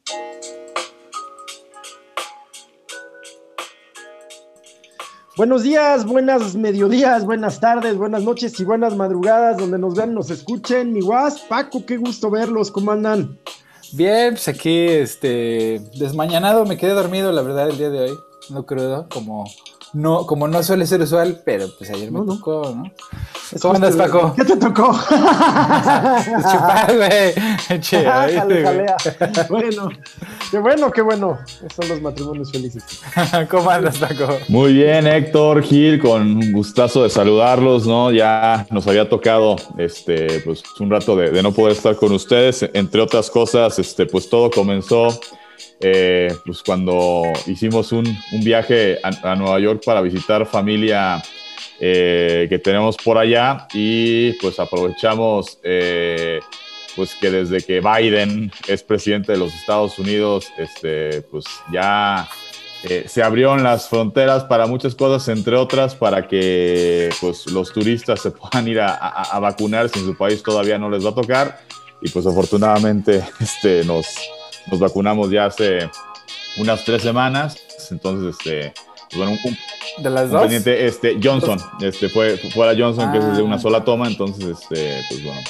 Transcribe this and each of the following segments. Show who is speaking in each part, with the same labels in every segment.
Speaker 1: Buenos días, buenas mediodías, buenas tardes, buenas noches y buenas madrugadas, donde nos vean, nos escuchen. Mi guas, Paco, qué gusto verlos, ¿cómo andan?
Speaker 2: Bien, pues aquí, desmañanado, me quedé dormido, la verdad, el día de hoy, no crudo, como no suele ser usual, pero pues ayer me tocó, ¿no? ¿Cómo andas, Paco?
Speaker 1: ¿Qué te tocó?
Speaker 2: Chupar, güey.
Speaker 1: Jalea. Bueno, qué bueno. Esos son los matrimonios felices.
Speaker 2: ¿Cómo andas, Paco?
Speaker 3: Muy bien, Héctor, Gil, con un gustazo de saludarlos, ¿no? Ya nos había tocado, pues un rato de no poder estar con ustedes, entre otras cosas, pues todo comenzó, pues cuando hicimos un viaje a Nueva York para visitar familia que tenemos por allá y pues aprovechamos pues que desde que Biden es presidente de los Estados Unidos, pues ya se abrieron las fronteras para muchas cosas, entre otras para que pues los turistas se puedan ir a vacunar si en su país todavía no les va a tocar, y pues afortunadamente nos vacunamos ya hace unas 3 semanas, entonces pues, bueno,
Speaker 2: ¿de las dos?
Speaker 3: Pendiente, Johnson, fue la Johnson, que es de una sola toma, entonces, pues bueno,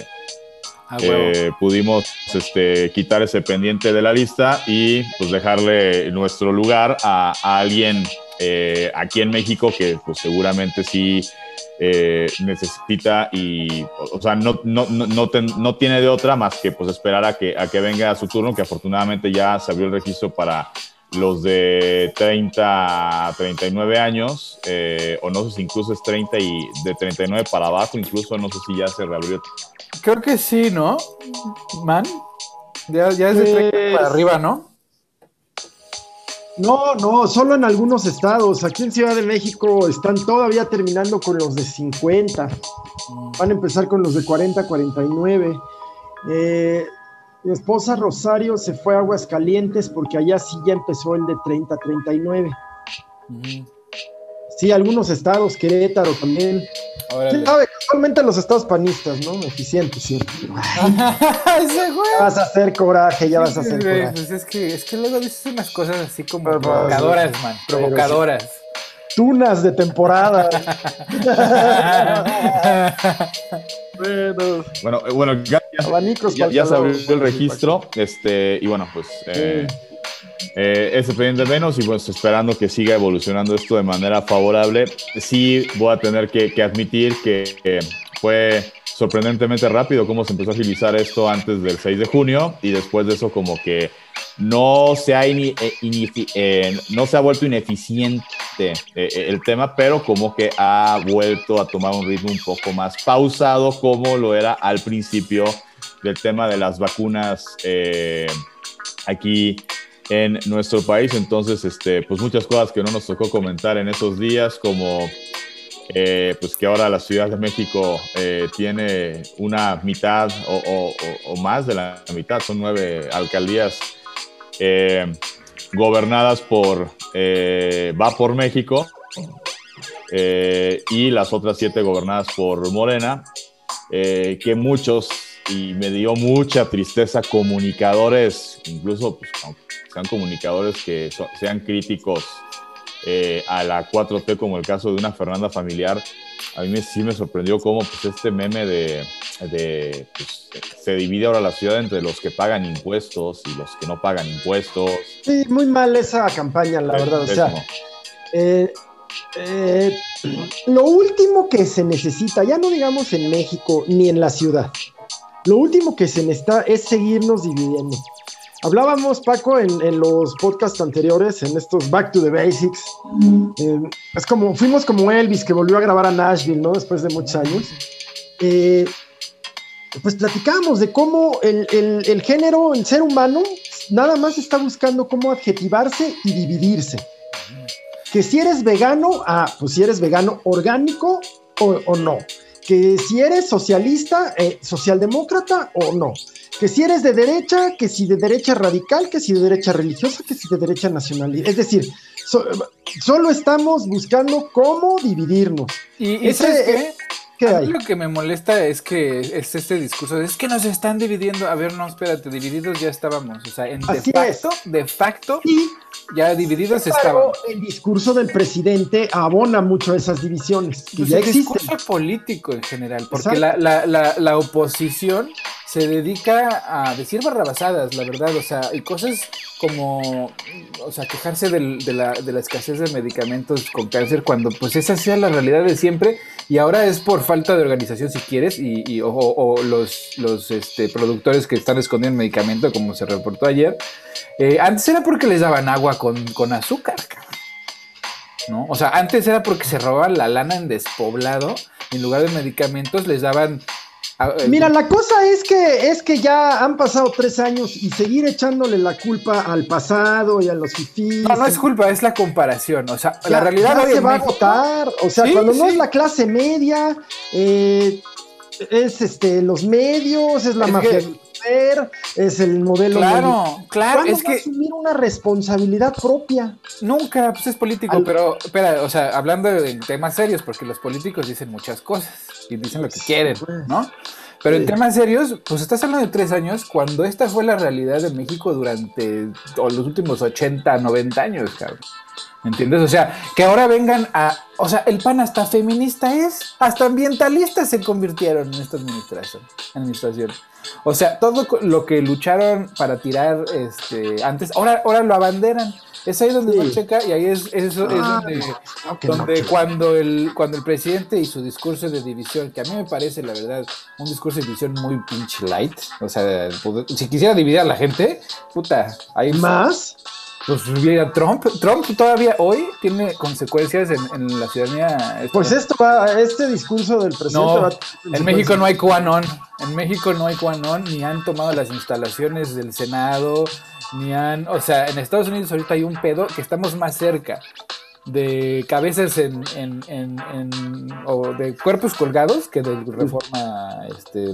Speaker 3: pudimos quitar ese pendiente de la lista y pues dejarle nuestro lugar a alguien aquí en México que pues seguramente sí necesita, y o sea, no tiene de otra más que pues esperar a que venga a su turno, que afortunadamente ya se abrió el registro para los de 30 a 39 años, o no sé si incluso es 30 y de 39 para abajo, incluso no sé si ya se reabrió.
Speaker 2: Creo que sí, ¿no? Man, ya es de 30 para arriba, ¿no?
Speaker 1: No, solo en algunos estados. Aquí en Ciudad de México están todavía terminando con los de 50. Van a empezar con los de 40, 49. Mi esposa Rosario se fue a Aguascalientes porque allá sí ya empezó el de 30 a 39. Sí, algunos estados, Querétaro también. ¿Quién sabe? Casualmente los estados panistas, ¿no? Eficientes, sí.
Speaker 2: Ese güey.
Speaker 1: Ya vas a hacer coraje, ya vas a hacer coraje.
Speaker 2: Pues es que luego dices unas cosas así como provocadoras, man. Provocadoras.
Speaker 1: Tunas de temporada.
Speaker 3: Bueno, ya se abrió el registro, y bueno, pues ese pendiente menos, y pues esperando que siga evolucionando esto de manera favorable. Sí voy a tener que admitir que fue sorprendentemente rápido cómo se empezó a agilizar esto antes del 6 de junio, y después de eso como que no se ha vuelto ineficiente el tema, pero como que ha vuelto a tomar un ritmo un poco más pausado, como lo era al principio del tema de las vacunas aquí en nuestro país. Entonces, pues muchas cosas que no nos tocó comentar en esos días, como pues que ahora la Ciudad de México tiene una mitad o más de la mitad, son 9 alcaldías gobernadas por Va por México, y las otras 7 gobernadas por Morena, que muchos, y me dio mucha tristeza, comunicadores, incluso pues, aunque sean comunicadores que sean críticos a la 4T, como el caso de una Fernanda Familiar, a mí sí me sorprendió cómo pues, este meme pues, se divide ahora la ciudad entre los que pagan impuestos y los que no pagan impuestos.
Speaker 1: Sí, muy mal esa campaña, la verdad. O sea, lo último que se necesita, ya no digamos en México ni en la ciudad, lo último que se necesita es seguirnos dividiendo. Hablábamos, Paco, en los podcasts anteriores, en estos Back to the Basics. Es como, fuimos como Elvis, que volvió a grabar a Nashville, ¿no? Después de muchos años. Pues platicábamos de cómo el género, el ser humano, nada más está buscando cómo adjetivarse y dividirse. Que si eres vegano, pues si eres vegano orgánico o no. Que si eres socialista, socialdemócrata o no. Que si eres de derecha, que si de derecha radical, que si de derecha religiosa, que si de derecha nacionalista. Es decir, solo estamos buscando cómo dividirnos.
Speaker 2: ¿Y sabes qué?
Speaker 1: ¿Qué
Speaker 2: A
Speaker 1: hay?
Speaker 2: mí lo que me molesta es que es este discurso de, es que nos están dividiendo. A ver, no, espérate, divididos ya estábamos. O sea,
Speaker 1: Así
Speaker 2: de facto,
Speaker 1: Y,
Speaker 2: ya divididos
Speaker 1: sin embargo,
Speaker 2: estábamos.
Speaker 1: el discurso del presidente abona mucho esas divisiones, que
Speaker 2: Pues
Speaker 1: ya
Speaker 2: el
Speaker 1: existen.
Speaker 2: discurso político en general, porque
Speaker 1: Exacto.
Speaker 2: la oposición se dedica a decir barrabasadas, la verdad, o sea, y cosas como, o sea, quejarse de la escasez de medicamentos con cáncer, cuando pues esa sea la realidad de siempre, y ahora es por falta de organización, si quieres, o los productores que están escondiendo el medicamento, como se reportó ayer. Antes era porque les daban agua con azúcar, cabrón, ¿no? O sea, antes era porque se robaban la lana en despoblado, en lugar de medicamentos les daban...
Speaker 1: Mira, la cosa es que ya han pasado 3 años y seguir echándole la culpa al pasado y a los fifís.
Speaker 2: No, no es culpa, es la comparación. O sea,
Speaker 1: Ya,
Speaker 2: la realidad
Speaker 1: ya
Speaker 2: hoy
Speaker 1: se
Speaker 2: en
Speaker 1: va
Speaker 2: México,
Speaker 1: a agotar. O sea,
Speaker 2: sí,
Speaker 1: cuando no
Speaker 2: sí.
Speaker 1: es la clase media, es los medios, es la
Speaker 2: Es
Speaker 1: mafia
Speaker 2: que-
Speaker 1: del poder, es el modelo.
Speaker 2: Claro, claro,
Speaker 1: ¿Cuándo
Speaker 2: es
Speaker 1: va a
Speaker 2: que
Speaker 1: asumir una responsabilidad propia?
Speaker 2: nunca, pues es político, pero, espera, o sea, hablando de temas serios, porque los políticos dicen muchas cosas y dicen lo que quieren, ¿no? Pero en
Speaker 1: Sí.
Speaker 2: temas serios, pues estás hablando de 3 años, cuando esta fue la realidad de México durante los últimos 80, 90 años, cabrón. ¿Me entiendes? O sea, que ahora vengan a... O sea, el PAN hasta feminista es, hasta ambientalistas se convirtieron en esta administración. O sea, todo lo que lucharon para tirar antes, ahora lo abanderan. Es ahí donde
Speaker 1: Sí.
Speaker 2: no checa y ahí es donde,
Speaker 1: no, que
Speaker 2: donde
Speaker 1: no checa.
Speaker 2: cuando el presidente y su discurso de división, que a mí me parece, la verdad, un discurso de división muy pinche light. O sea, si quisiera dividir a la gente, puta, ahí
Speaker 1: ¿Más?
Speaker 2: pues hubiera Trump. Trump todavía hoy tiene consecuencias en la ciudadanía.
Speaker 1: Pues este discurso del presidente
Speaker 2: No,
Speaker 1: va a tener
Speaker 2: en México
Speaker 1: consecuencias.
Speaker 2: no hay QAnon. En México no hay QAnon, ni han tomado las instalaciones del Senado, o sea, en Estados Unidos ahorita hay un pedo que estamos más cerca de cabezas o de cuerpos colgados que de reforma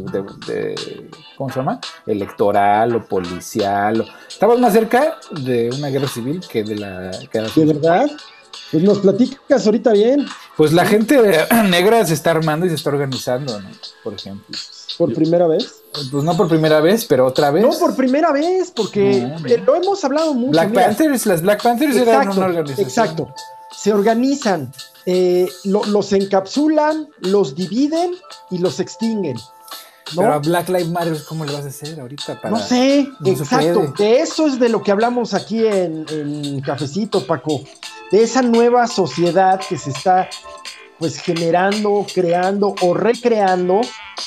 Speaker 2: ¿cómo se llama? Electoral o policial. Estamos más cerca de una guerra civil que de la
Speaker 1: ¿De verdad? Pues nos platicas ahorita bien,
Speaker 2: Pues la gente negra se está armando y se está organizando, ¿no? Por ejemplo.
Speaker 1: por primera vez.
Speaker 2: Pues no por primera vez, pero otra vez.
Speaker 1: No por primera vez, porque
Speaker 2: No.
Speaker 1: lo hemos hablado mucho.
Speaker 2: Las Black Panthers eran
Speaker 1: Exacto,
Speaker 2: una organización.
Speaker 1: exacto. Se organizan, los encapsulan, los dividen y los extinguen. ¿no?
Speaker 2: Pero a Black Lives Matter, ¿cómo le vas a hacer ahorita?
Speaker 1: No sé,
Speaker 2: No se
Speaker 1: exacto.
Speaker 2: puede.
Speaker 1: De eso es de lo que hablamos aquí en Cafecito, Paco. De esa nueva sociedad que se está pues generando, creando o recreando,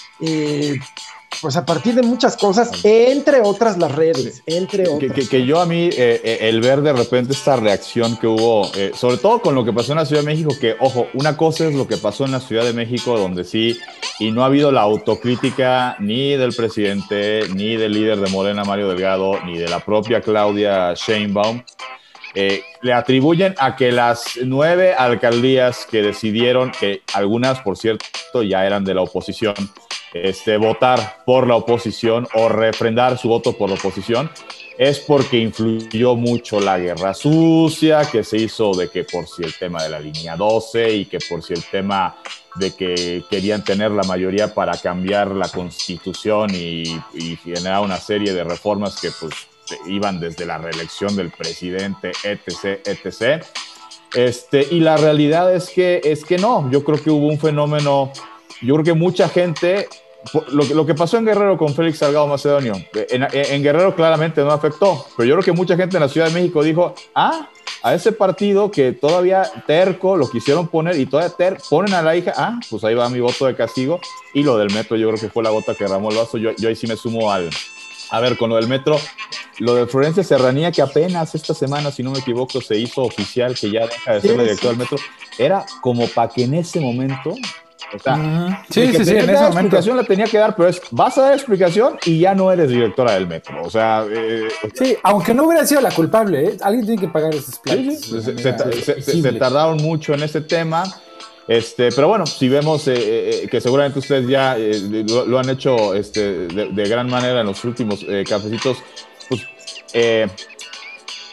Speaker 1: pues a partir de muchas cosas, entre otras las redes, entre otras.
Speaker 3: Que yo a mí, el ver de repente esta reacción que hubo, sobre todo con lo que pasó en la Ciudad de México, que ojo, una cosa es lo que pasó en la Ciudad de México, donde sí, y no ha habido la autocrítica ni del presidente, ni del líder de Morena, Mario Delgado, ni de la propia Claudia Sheinbaum. Le atribuyen a que las 9 alcaldías que decidieron, que algunas, por cierto, ya eran de la oposición, votar por la oposición o refrendar su voto por la oposición, es porque influyó mucho la guerra sucia, que se hizo de que por si el tema de la línea 12 y que por si el tema de que querían tener la mayoría para cambiar la constitución y generar una serie de reformas que pues iban desde la reelección del presidente, etc., etc. Y la realidad es que no, yo creo que hubo un fenómeno, yo creo que mucha gente, lo que pasó en Guerrero con Félix Salgado Macedonio, en Guerrero claramente no afectó, pero yo creo que mucha gente en la Ciudad de México dijo, a ese partido que todavía terco lo quisieron poner y todavía ponen a la hija, pues ahí va mi voto de castigo. Y lo del metro yo creo que fue la gota que derramó el vaso. Yo ahí sí me sumo a ver, con lo del metro, lo de Florencia Serranía, que apenas esta semana, si no me equivoco, se hizo oficial que ya deja de ser la directora del metro, era como para que en ese momento, o sea,
Speaker 2: sí,
Speaker 3: en ese momento. Explicación la tenía que dar, pero vas a dar explicación y ya no eres directora del metro, o sea...
Speaker 2: sí, aunque no hubiera sido la culpable, alguien tiene que pagar esos platos.
Speaker 3: Sí, se tardaron mucho en ese tema. Pero bueno, si vemos que seguramente ustedes ya lo han hecho de gran manera en los últimos cafecitos, pues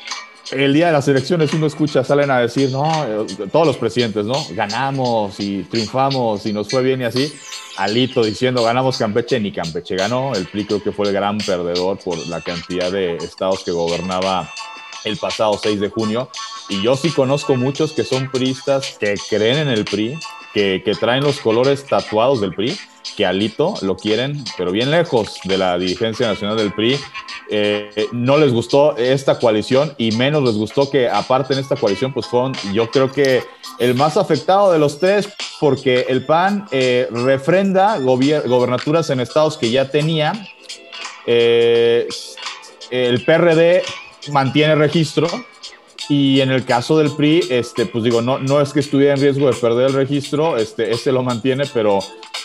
Speaker 3: el día de las elecciones uno escucha, salen a decir, no, todos los presidentes, ¿no? Ganamos y triunfamos y nos fue bien y así. Alito diciendo, ganamos Campeche, ni Campeche ganó. El PRI creo que fue el gran perdedor por la cantidad de estados que gobernaba el pasado 6 de junio. Y yo sí conozco muchos que son priistas que creen en el PRI, que traen los colores tatuados del PRI, que Alito lo quieren, pero bien lejos de la dirigencia nacional del PRI. No les gustó esta coalición y menos les gustó que aparte en esta coalición pues fueron, yo creo que el más afectado de los tres, porque el PAN refrenda gobernaturas en estados que ya tenía, el PRD mantiene registro y en el caso del PRI, pues digo, no es que estuviera en riesgo de perder el registro, lo mantiene, pero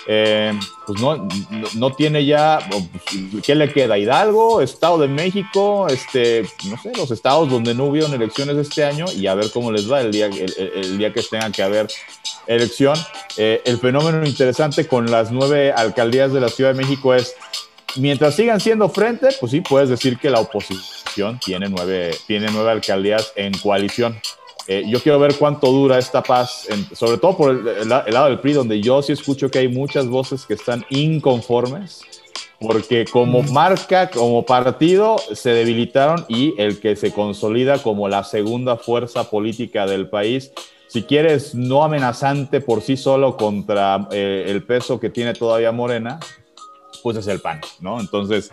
Speaker 3: pues no tiene ya, ¿qué le queda? Hidalgo, Estado de México, no sé, los estados donde no hubieron elecciones este año y a ver cómo les va el día que tengan que haber elección. El fenómeno interesante con las 9 alcaldías de la Ciudad de México es, mientras sigan siendo frente, pues sí, puedes decir que la oposición tiene 9 alcaldías en coalición. Yo quiero ver cuánto dura esta paz, sobre todo por el lado del PRI, donde yo sí escucho que hay muchas voces que están inconformes, porque como marca, como partido, se debilitaron y el que se consolida como la segunda fuerza política del país, si quieres, no amenazante por sí solo contra el peso que tiene todavía Morena, pues es el PAN, ¿no? Entonces,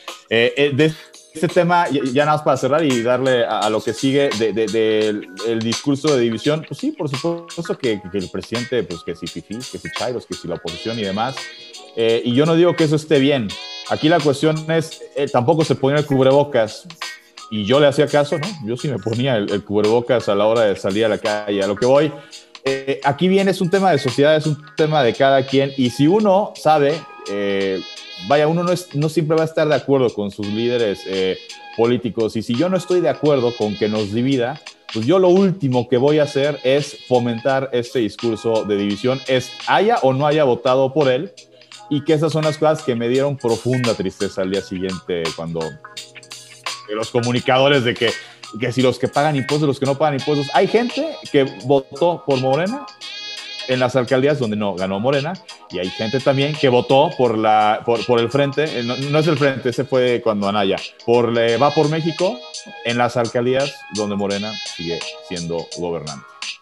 Speaker 3: de este tema, ya nada más para cerrar y darle a lo que sigue el discurso de división, pues sí, por supuesto que el presidente, pues que si fifís, que si chairos, que si la oposición y demás, y yo no digo que eso esté bien. Aquí la cuestión es, tampoco se ponía el cubrebocas, y yo le hacía caso, ¿no? Yo sí me ponía el cubrebocas a la hora de salir a la calle. A lo que voy, aquí viene, es un tema de sociedad, es un tema de cada quien, y si uno sabe... vaya, uno no siempre va a estar de acuerdo con sus líderes políticos, y si yo no estoy de acuerdo con que nos divida, pues yo lo último que voy a hacer es fomentar este discurso de división, haya o no haya votado por él, y que esas son las cosas que me dieron profunda tristeza al día siguiente, cuando los comunicadores de que si los que pagan impuestos, los que no pagan impuestos, hay gente que votó por Morena en las alcaldías donde no ganó Morena, y hay gente también que votó por el Frente, no es el Frente, ese fue cuando Anaya, va por México, en las alcaldías donde Morena sigue siendo gobernante.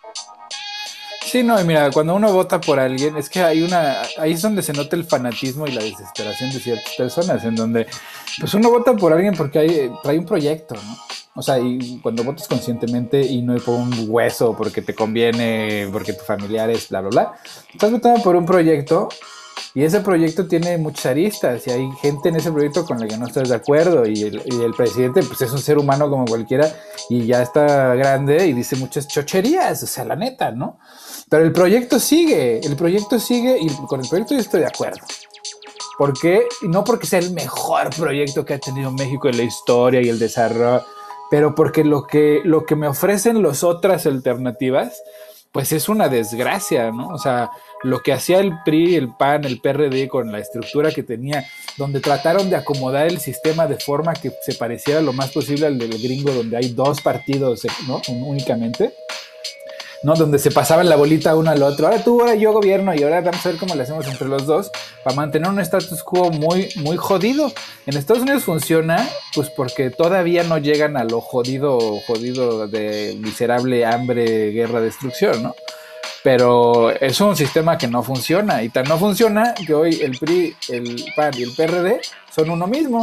Speaker 2: Sí, no, y mira, cuando uno vota por alguien, es que ahí es donde se nota el fanatismo y la desesperación de ciertas personas, en donde pues uno vota por alguien porque trae un proyecto, ¿no? O sea, y cuando votas conscientemente y no por un hueso, porque te conviene, porque tu familiar es bla, bla, bla, estás votando por un proyecto y ese proyecto tiene muchas aristas y hay gente en ese proyecto con la que no estás de acuerdo y el presidente pues es un ser humano como cualquiera y ya está grande y dice muchas chocherías, o sea, la neta, ¿no? Pero el proyecto sigue y con el proyecto yo estoy de acuerdo. ¿Por qué? No porque sea el mejor proyecto que ha tenido México en la historia y el desarrollo, pero porque lo que me ofrecen las otras alternativas, pues es una desgracia, ¿no? O sea, lo que hacía el PRI, el PAN, el PRD con la estructura que tenía, donde trataron de acomodar el sistema de forma que se pareciera lo más posible al del gringo, donde hay 2 partidos, ¿no? Únicamente, ¿no? Donde se pasaban la bolita uno al otro. Ahora tú, ahora yo gobierno y ahora vamos a ver cómo le hacemos entre los dos para mantener un status quo muy, muy jodido. En Estados Unidos funciona pues porque todavía no llegan a lo jodido de miserable hambre, guerra, destrucción, ¿no? Pero es un sistema que no funciona y tan no funciona que hoy el PRI, el PAN y el PRD son uno mismo,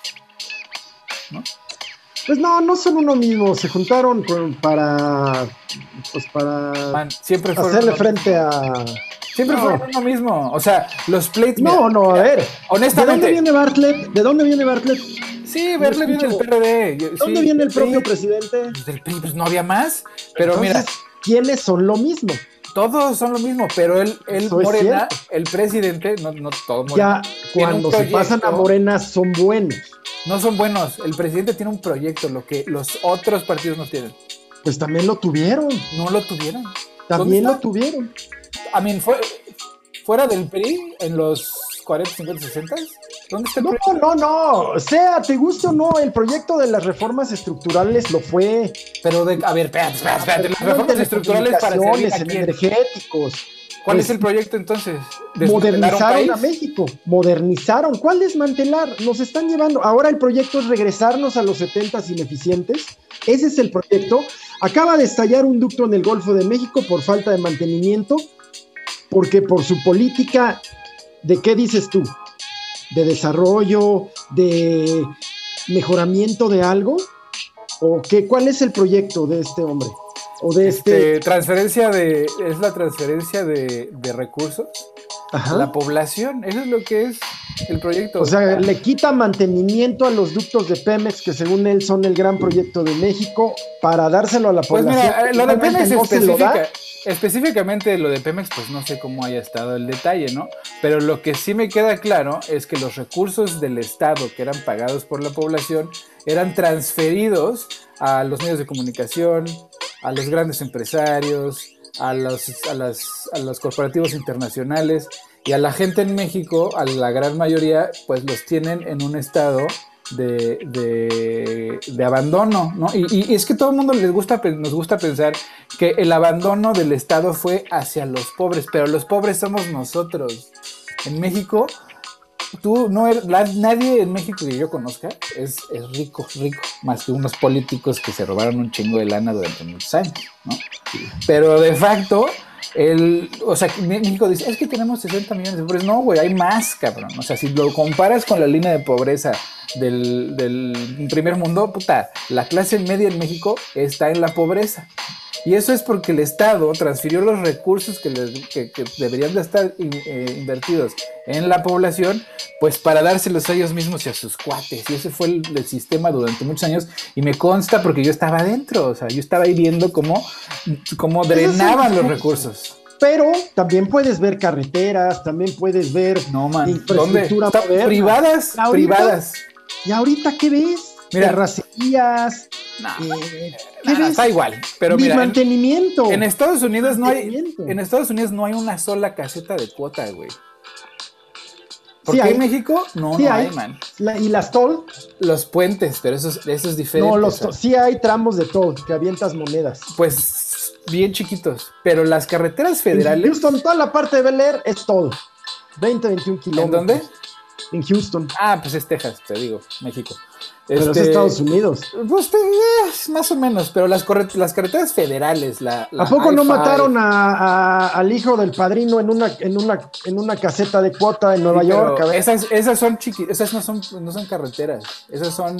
Speaker 2: ¿no?
Speaker 1: Pues no son uno mismo, se juntaron para
Speaker 2: siempre
Speaker 1: hacerle frente a...
Speaker 2: Siempre fueron uno mismo, o sea, los pleitos...
Speaker 1: No, a ver,
Speaker 2: honestamente...
Speaker 1: ¿De dónde viene Bartlett?
Speaker 2: Sí, Bartlett viene del PRD.
Speaker 1: ¿Dónde viene el propio presidente?
Speaker 2: Del PRI, pues no había más, pero entonces, mira...
Speaker 1: ¿Quiénes son lo mismo?
Speaker 2: Todos son lo mismo, pero él Morena, el presidente, no todo Morena.
Speaker 1: Ya, cuando se pasan a Morena son buenos.
Speaker 2: No son buenos. El presidente tiene un proyecto, lo que los otros partidos no tienen.
Speaker 1: Pues también lo tuvieron.
Speaker 2: No lo tuvieron.
Speaker 1: También lo tuvieron.
Speaker 2: Fuera del PRI, en los 40, 50, 60, ¿Dónde está el
Speaker 1: No,
Speaker 2: proyecto?
Speaker 1: no. Sea, te guste o no, el proyecto de las reformas estructurales lo fue.
Speaker 2: Pero a ver, espérate. Las reformas estructurales para servir a
Speaker 1: en
Speaker 2: quién.
Speaker 1: energéticos.
Speaker 2: ¿Cuál
Speaker 1: Pues,
Speaker 2: es el proyecto entonces?
Speaker 1: modernizaron a México, modernizaron. ¿Cuál desmantelar? Nos están llevando. Ahora el proyecto es regresarnos a los 70s ineficientes. Ese es el proyecto. Acaba de estallar un ducto en el Golfo de México por falta de mantenimiento, porque por su política, ¿de qué dices tú? ¿De desarrollo, de mejoramiento de algo? ¿O qué? ¿Cuál es el proyecto de este hombre? ¿O de
Speaker 2: es la transferencia de recursos a la población. Eso es lo que es el proyecto.
Speaker 1: O sea, le quita mantenimiento a los ductos de Pemex, que según él son el gran proyecto de México, para dárselo a la población.
Speaker 2: Pues mira, lo de Pemex
Speaker 1: no
Speaker 2: específicamente lo de Pemex, pues no sé cómo haya estado el detalle, ¿no? Pero lo que sí me queda claro es que los recursos del Estado que eran pagados por la población eran transferidos a los medios de comunicación, a los grandes empresarios, a los corporativos internacionales, y a la gente en México, a la gran mayoría, pues los tienen en un estado de abandono, ¿no? Y es que todo el mundo nos gusta pensar que el abandono del Estado fue hacia los pobres, pero los pobres somos nosotros. En México, nadie en México que yo conozca es rico, más que unos políticos que se robaron un chingo de lana durante muchos años, ¿no? Pero de facto, México dice, es que tenemos 60 millones de pobres. No, güey, hay más, cabrón. O sea, si lo comparas con la línea de pobreza del primer mundo, puta, la clase media en México está en la pobreza. Y eso es porque el Estado transfirió los recursos que deberían de estar invertidos en la población, pues para dárselos a ellos mismos y a sus cuates. Y ese fue el sistema durante muchos años. Y me consta porque yo estaba adentro. O sea, yo estaba ahí viendo cómo drenaban los recursos.
Speaker 1: Pero también puedes ver carreteras, también puedes ver infraestructura moderna.
Speaker 2: Privadas.
Speaker 1: ¿Y ahorita qué ves?
Speaker 2: Mira,
Speaker 1: terracerías.
Speaker 2: Está igual, pero mira,
Speaker 1: mantenimiento.
Speaker 2: En Estados Unidos no hay una sola caseta de cuota, güey. ¿Por qué en México? No hay, man.
Speaker 1: ¿Y las toll?
Speaker 2: Los puentes, pero eso es diferente.
Speaker 1: No, sí hay tramos de toll que avientas monedas.
Speaker 2: Pues bien chiquitos, pero las carreteras federales.
Speaker 1: En Houston, toda la parte de Bel Air es toll. 21 kilómetros.
Speaker 2: ¿En dónde?
Speaker 1: En Houston.
Speaker 2: Ah, pues es Texas, te digo, México.
Speaker 1: Pero es Estados Unidos.
Speaker 2: Pues más o menos, pero las carreteras federales,
Speaker 1: ¿A poco no mataron al hijo del padrino en una caseta de cuota en Nueva York? A ver.
Speaker 2: Esas son esas no son carreteras, esas son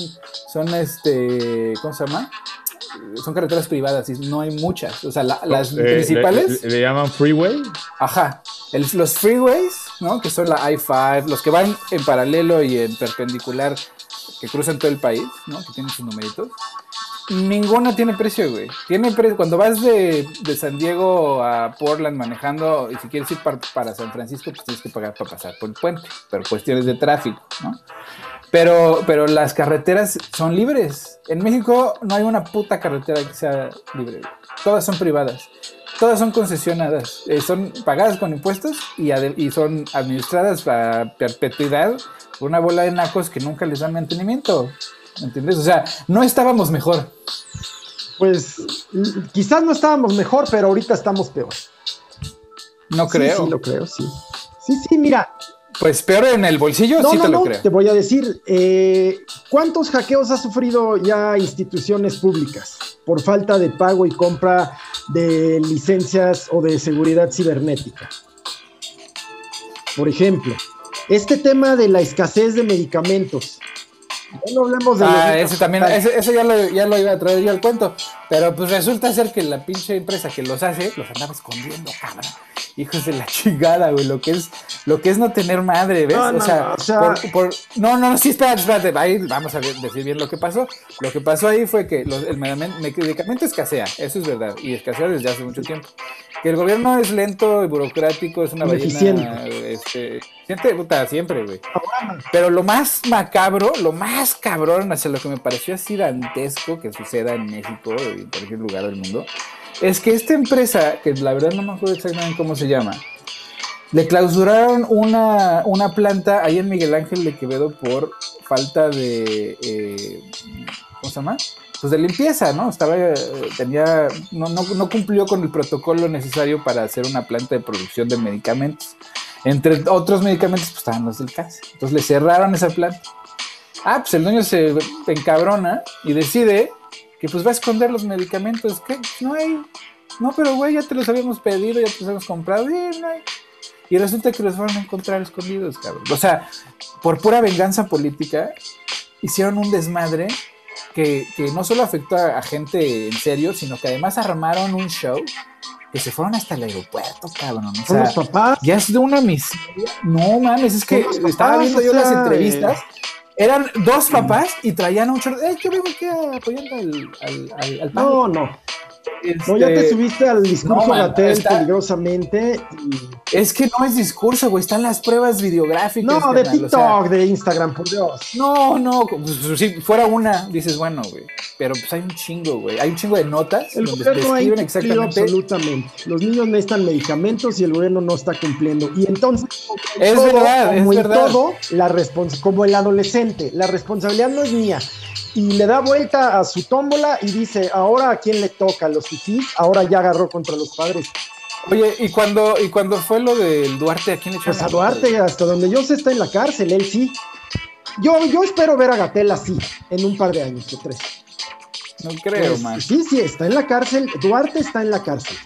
Speaker 2: ¿cómo se llama? Son carreteras privadas y no hay muchas. O sea, las principales.
Speaker 3: ¿Le llaman freeway?
Speaker 2: Ajá. Los freeways, ¿no? Que son la I-5, los que van en paralelo y en perpendicular, que cruzan todo el país, ¿no? Que tienen sus numeritos. Ninguna tiene precio, güey. Cuando vas de San Diego a Portland manejando, y si quieres ir para San Francisco, pues tienes que pagar para pasar por el puente, pero cuestiones de tráfico, ¿no? Pero las carreteras son libres. En México no hay una puta carretera que sea libre. Todas son privadas. Todas son concesionadas. Son pagadas con impuestos y son administradas a perpetuidad por una bola de nacos que nunca les dan mantenimiento. ¿Entiendes? O sea, no estábamos mejor.
Speaker 1: Pues quizás no estábamos mejor, pero ahorita estamos peor.
Speaker 2: No creo.
Speaker 1: Sí, lo creo, sí. Sí, mira.
Speaker 2: Pues peor en el bolsillo, sí te lo creo.
Speaker 1: Te voy a decir, ¿cuántos hackeos ha sufrido ya instituciones públicas por falta de pago y compra de licencias o de seguridad cibernética? Por ejemplo, este tema de la escasez de medicamentos. No hablemos de
Speaker 2: eso ya lo iba a traer yo al cuento, pero pues resulta ser que la pinche empresa que los hace, los andaba escondiendo, cabrón. Hijos de la chingada, güey, lo que es no tener madre, ¿ves? Sí, espérate, ahí vamos a decir bien lo que pasó. Lo que pasó ahí fue que el medicamento escasea, eso es verdad, y escasea desde hace mucho tiempo. Que el gobierno es lento y burocrático, es una ballena, siempre, güey. Pero lo más macabro, lo más cabrón, hacia lo que me pareció así dantesco que suceda en México y en cualquier lugar del mundo, es que esta empresa, que la verdad no me acuerdo exactamente cómo se llama, Le clausuraron una planta ahí en Miguel Ángel de Quevedo por falta de, ¿cómo se llama? Pues de limpieza, ¿no? No cumplió con el protocolo necesario para hacer una planta de producción de medicamentos. Entre otros medicamentos, pues estaban los del cáncer. Entonces le cerraron esa planta. Pues el dueño se encabrona y decide que pues va a esconder los medicamentos. ¿Qué? No hay. No, pero güey, ya te los habíamos pedido, ya te los habíamos comprado. No hay. Y resulta que los fueron a encontrar escondidos, cabrón. O sea, por pura venganza política, hicieron un desmadre que no solo afectó a gente en serio, sino que además armaron un show que se fueron hasta el aeropuerto, cabrón. O sea,
Speaker 1: los papás.
Speaker 2: Ya es de una miseria. No mames, es que estaba viendo yo las entrevistas. Eran dos papás y traían un short. Yo vengo aquí apoyando al
Speaker 1: padre. No, ya te subiste al discurso Gatell peligrosamente.
Speaker 2: Es que no es discurso, güey. Están las pruebas videográficas.
Speaker 1: No, de TikTok, de Instagram, por Dios.
Speaker 2: No. Pues, si fuera una, dices, bueno, güey. Pero pues hay un chingo, güey. Hay un chingo de notas.
Speaker 1: El gobierno ha incumplido absolutamente. Los niños necesitan medicamentos y el gobierno no está cumpliendo. Y entonces,
Speaker 2: es verdad.
Speaker 1: Todo, como el adolescente, la responsabilidad no es mía. Y le da vuelta a su tómbola y dice, ahora a quién le toca, los fifís, ahora ya agarró contra los padres.
Speaker 2: Oye, ¿y cuando fue lo del Duarte, a quién le echaron?
Speaker 1: Pues a Duarte, hasta donde yo sé, está en la cárcel, él sí. Yo espero ver a Gatell así, en un par de años o 3.
Speaker 2: No creo,
Speaker 1: pues,
Speaker 2: man.
Speaker 1: Sí, está en la cárcel, Duarte está en la cárcel.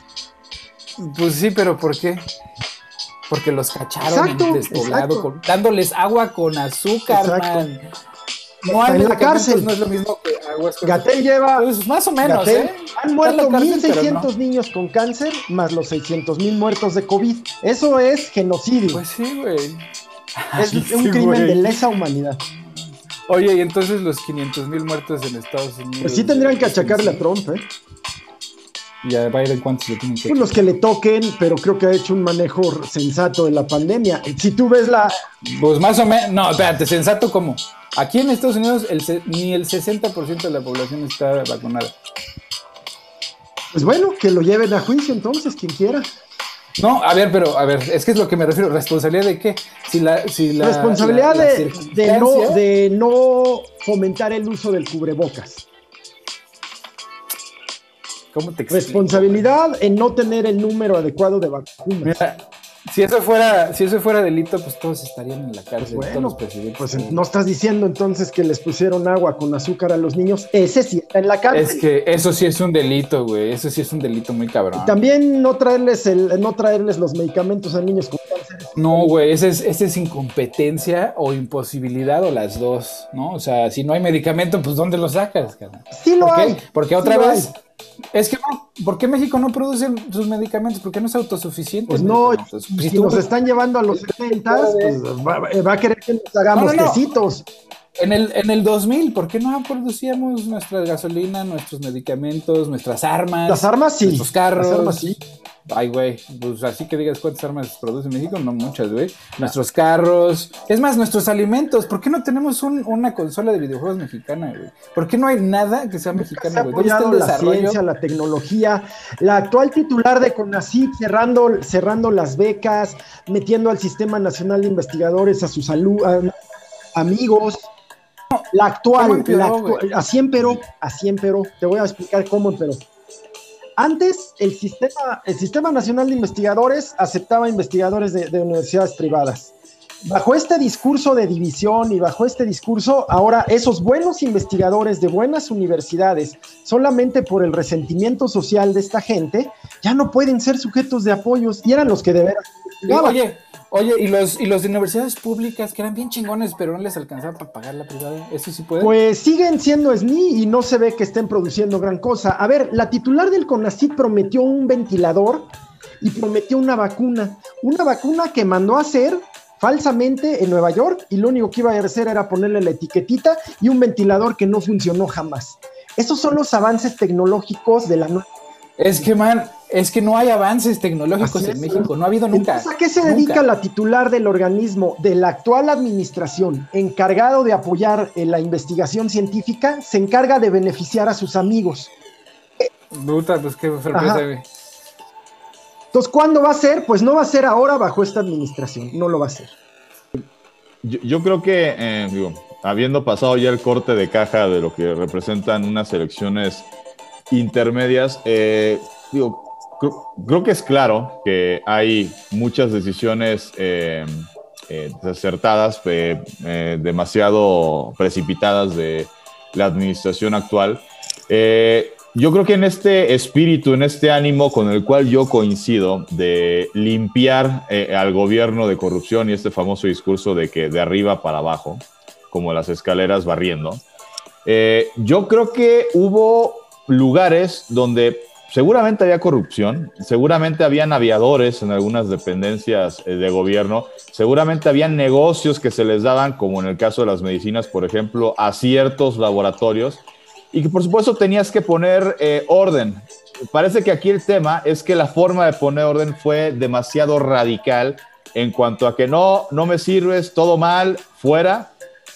Speaker 2: Pues sí, pero ¿por qué? Porque los cacharon en despoblado, dándoles agua con azúcar, man. No hay
Speaker 1: en la cárcel.
Speaker 2: No es lo mismo que aguas con
Speaker 1: Gatell lleva.
Speaker 2: Pues más o menos,
Speaker 1: Han muerto 1,600 niños con cáncer, más los 600,000 muertos de COVID. Eso es genocidio.
Speaker 2: Pues sí, güey.
Speaker 1: Es un crimen de lesa humanidad.
Speaker 2: Oye, y entonces los 500,000 muertos en Estados Unidos.
Speaker 1: Pues sí tendrían que achacarle a Trump,
Speaker 2: ¿Y a Biden cuántos le tienen que
Speaker 1: pues los que le toquen, pero creo que ha hecho un manejo sensato de la pandemia. Si tú ves
Speaker 2: Pues más o menos. No, espérate, ¿sensato cómo? Aquí en Estados Unidos ni el 60% de la población está vacunada.
Speaker 1: Pues bueno, que lo lleven a juicio entonces, quien quiera.
Speaker 2: No, a ver, es que es lo que me refiero. ¿Responsabilidad de qué?
Speaker 1: Responsabilidad de no fomentar el uso del cubrebocas.
Speaker 2: ¿Cómo te explico?
Speaker 1: Responsabilidad en no tener el número adecuado de vacunas.
Speaker 2: Mira, si eso fuera delito, pues todos estarían en la cárcel.
Speaker 1: Bueno,
Speaker 2: todos los presidentes.
Speaker 1: Pues no estás diciendo entonces que les pusieron agua con azúcar a los niños. Ese sí está en la cárcel.
Speaker 2: Es que eso sí es un delito, güey. Eso sí es un delito muy cabrón.
Speaker 1: Y también no traerles los medicamentos a niños con cáncer.
Speaker 2: No, güey, ese es incompetencia o imposibilidad o las dos, ¿no? O sea, si no hay medicamento, pues ¿dónde lo sacas, cara?
Speaker 1: Sí lo hay.
Speaker 2: Porque otra vez... Es que no, ¿por qué México no produce sus medicamentos? ¿Por qué no es autosuficiente?
Speaker 1: Pues no, si nos están llevando a los 70, pues va a querer que nos hagamos quesitos.
Speaker 2: En el 2000, ¿por qué no producíamos nuestra gasolina, nuestros medicamentos, nuestras armas?
Speaker 1: Las armas sí.
Speaker 2: Nuestros carros.
Speaker 1: Las armas sí.
Speaker 2: Ay, güey, pues así que digas cuántas armas produce México, no muchas, güey. Nuestros carros, es más, nuestros alimentos. ¿Por qué no tenemos una consola de videojuegos mexicana, güey? ¿Por qué no hay nada que sea mexicano, güey?
Speaker 1: ¿Dónde está el desarrollo? La ciencia, la tecnología, la actual titular de CONACYT cerrando las becas, metiendo al Sistema Nacional de Investigadores a sus amigos. La actual, así emperó, te voy a explicar cómo emperó. Antes, el Sistema Nacional de Investigadores aceptaba investigadores de universidades privadas. Bajo este discurso de división y bajo este discurso, ahora esos buenos investigadores de buenas universidades, solamente por el resentimiento social de esta gente, ya no pueden ser sujetos de apoyos y eran los que de veras.
Speaker 2: Oye, ¿y los de universidades públicas que eran bien chingones, pero no les alcanzaba para pagar la privada? ¿Eso sí puede?
Speaker 1: Pues siguen siendo SNI y no se ve que estén produciendo gran cosa. A ver, la titular del CONACYT prometió un ventilador y prometió una vacuna que mandó a hacer falsamente en Nueva York y lo único que iba a hacer era ponerle la etiquetita y un ventilador que no funcionó jamás. Esos son los avances tecnológicos de la nueva.
Speaker 2: Es que no hay avances tecnológicos en México, no ha habido nunca.
Speaker 1: Entonces, ¿a qué se dedica la titular del organismo de la actual administración encargado de apoyar la investigación científica? Se encarga de beneficiar a sus amigos.
Speaker 2: Puta, pues qué sorpresa, güey.
Speaker 1: Entonces, ¿cuándo va a ser? Pues no va a ser ahora bajo esta administración, no lo va a ser.
Speaker 3: Yo creo que, digo, habiendo pasado ya el corte de caja de lo que representan unas elecciones intermedias, digo, creo que es claro que hay muchas decisiones desacertadas, demasiado precipitadas de la administración actual. Yo creo que en este espíritu, en este ánimo con el cual yo coincido de limpiar al gobierno de corrupción y este famoso discurso de que de arriba para abajo, como las escaleras barriendo, yo creo que hubo lugares donde seguramente había corrupción, seguramente habían aviadores en algunas dependencias de gobierno, seguramente habían negocios que se les daban, como en el caso de las medicinas, por ejemplo, a ciertos laboratorios, y que por supuesto tenías que poner orden. Parece que aquí el tema es que la forma de poner orden fue demasiado radical en cuanto a que no me sirves, todo mal, fuera.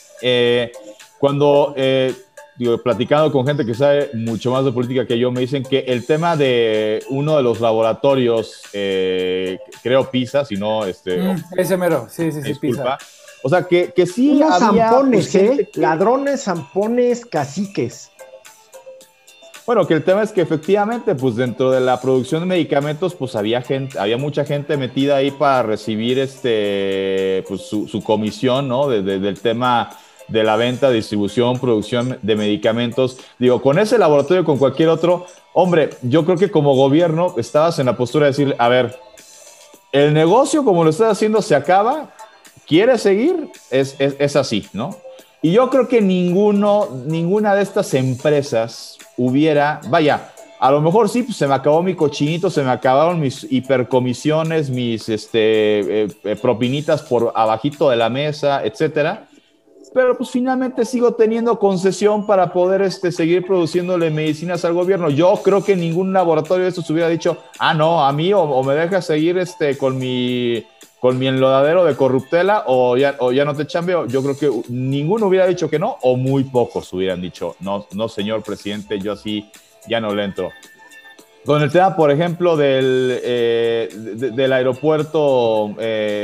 Speaker 3: Digo, platicando con gente que sabe mucho más de política que yo, me dicen que el tema de uno de los laboratorios, creo PISA, si no...
Speaker 2: ese mero, sí,
Speaker 3: disculpa, PISA. O sea, que sí
Speaker 1: unos
Speaker 3: había...
Speaker 1: zampones, que... ladrones, zampones, caciques.
Speaker 3: Bueno, que el tema es que efectivamente, pues dentro de la producción de medicamentos, pues había mucha gente metida ahí para recibir pues su comisión, ¿no? Del tema de la venta, distribución, producción de medicamentos. Digo, con ese laboratorio, con cualquier otro, hombre, yo creo que como gobierno estabas en la postura de decir, a ver, el negocio como lo estás haciendo se acaba, ¿quieres seguir? Es así, ¿no? Y yo creo que ninguna de estas empresas vaya, a lo mejor sí, pues se me acabó mi cochinito, se me acabaron mis hipercomisiones, mis propinitas por abajito de la mesa, etcétera, pero pues finalmente sigo teniendo concesión para poder seguir produciéndole medicinas al gobierno. Yo creo que ningún laboratorio de estos hubiera dicho, no, a mí o me dejas seguir con mi enlodadero de corruptela o ya no te chambeo. Yo creo que ninguno hubiera dicho que no, o muy pocos hubieran dicho, no, señor presidente, yo así ya no le entro. Con el tema, por ejemplo, del aeropuerto,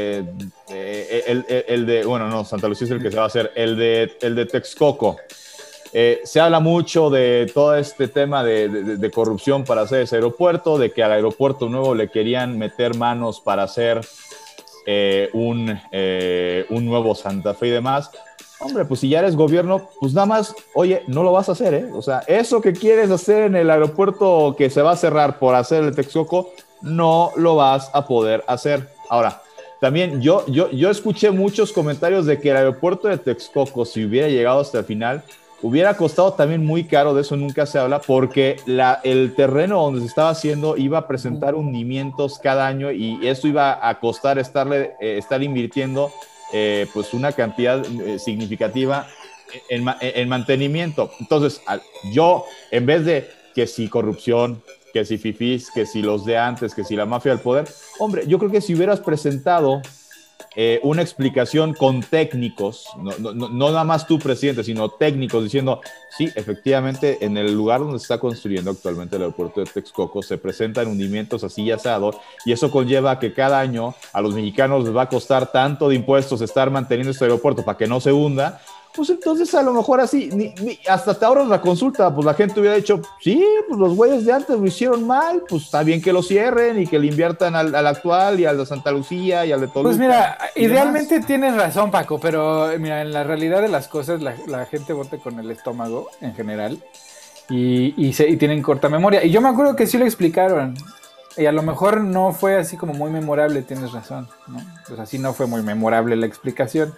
Speaker 3: Santa Lucía es el que se va a hacer, el de Texcoco. Se habla mucho de todo este tema de corrupción para hacer ese aeropuerto, de que al aeropuerto nuevo le querían meter manos para hacer un nuevo Santa Fe y demás. Hombre, pues si ya eres gobierno, pues nada más, oye, no lo vas a hacer, ¿eh? O sea, eso que quieres hacer en el aeropuerto que se va a cerrar por hacer el Texcoco, no lo vas a poder hacer. Ahora, también yo escuché muchos comentarios de que el aeropuerto de Texcoco, si hubiera llegado hasta el final, hubiera costado también muy caro, de eso nunca se habla, porque el terreno donde se estaba haciendo iba a presentar hundimientos cada año y eso iba a costar estar invirtiendo pues una cantidad significativa en mantenimiento. Entonces, yo, en vez de que si corrupción, que si fifís, que si los de antes, que si la mafia del poder, hombre, yo creo que si hubieras presentado una explicación con técnicos, no nada más tú, presidente, sino técnicos diciendo, sí, efectivamente, en el lugar donde se está construyendo actualmente el aeropuerto de Texcoco se presentan hundimientos así y asado, y eso conlleva a que cada año a los mexicanos les va a costar tanto de impuestos estar manteniendo este aeropuerto para que no se hunda. Pues entonces a lo mejor así, hasta te ahorras la consulta, pues la gente hubiera dicho, sí, pues los güeyes de antes lo hicieron mal, pues está bien que lo cierren y que le inviertan al actual y al de Santa Lucía y al de Toluca.
Speaker 2: Pues mira, idealmente tienes razón, Paco, pero mira, en la realidad de las cosas la gente vota con el estómago en general y tienen corta memoria. Y yo me acuerdo que sí lo explicaron. Y a lo mejor no fue así como muy memorable, tienes razón, ¿no? Pues así no fue muy memorable la explicación.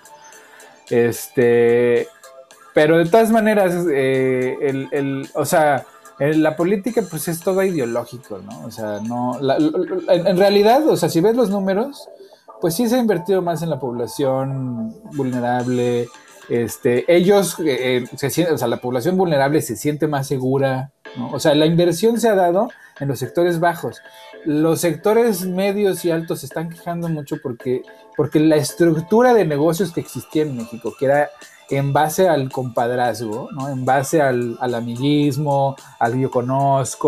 Speaker 2: Pero de todas maneras, la política pues es todo ideológico, ¿no? O sea, en realidad, o sea, si ves los números, pues sí se ha invertido más en la población vulnerable. La población vulnerable se siente más segura, ¿no? O sea, la inversión se ha dado en los sectores bajos. Los sectores medios y altos se están quejando mucho porque la estructura de negocios que existía en México, que era en base al compadrazgo, ¿no? En base al amiguismo, al yo conozco,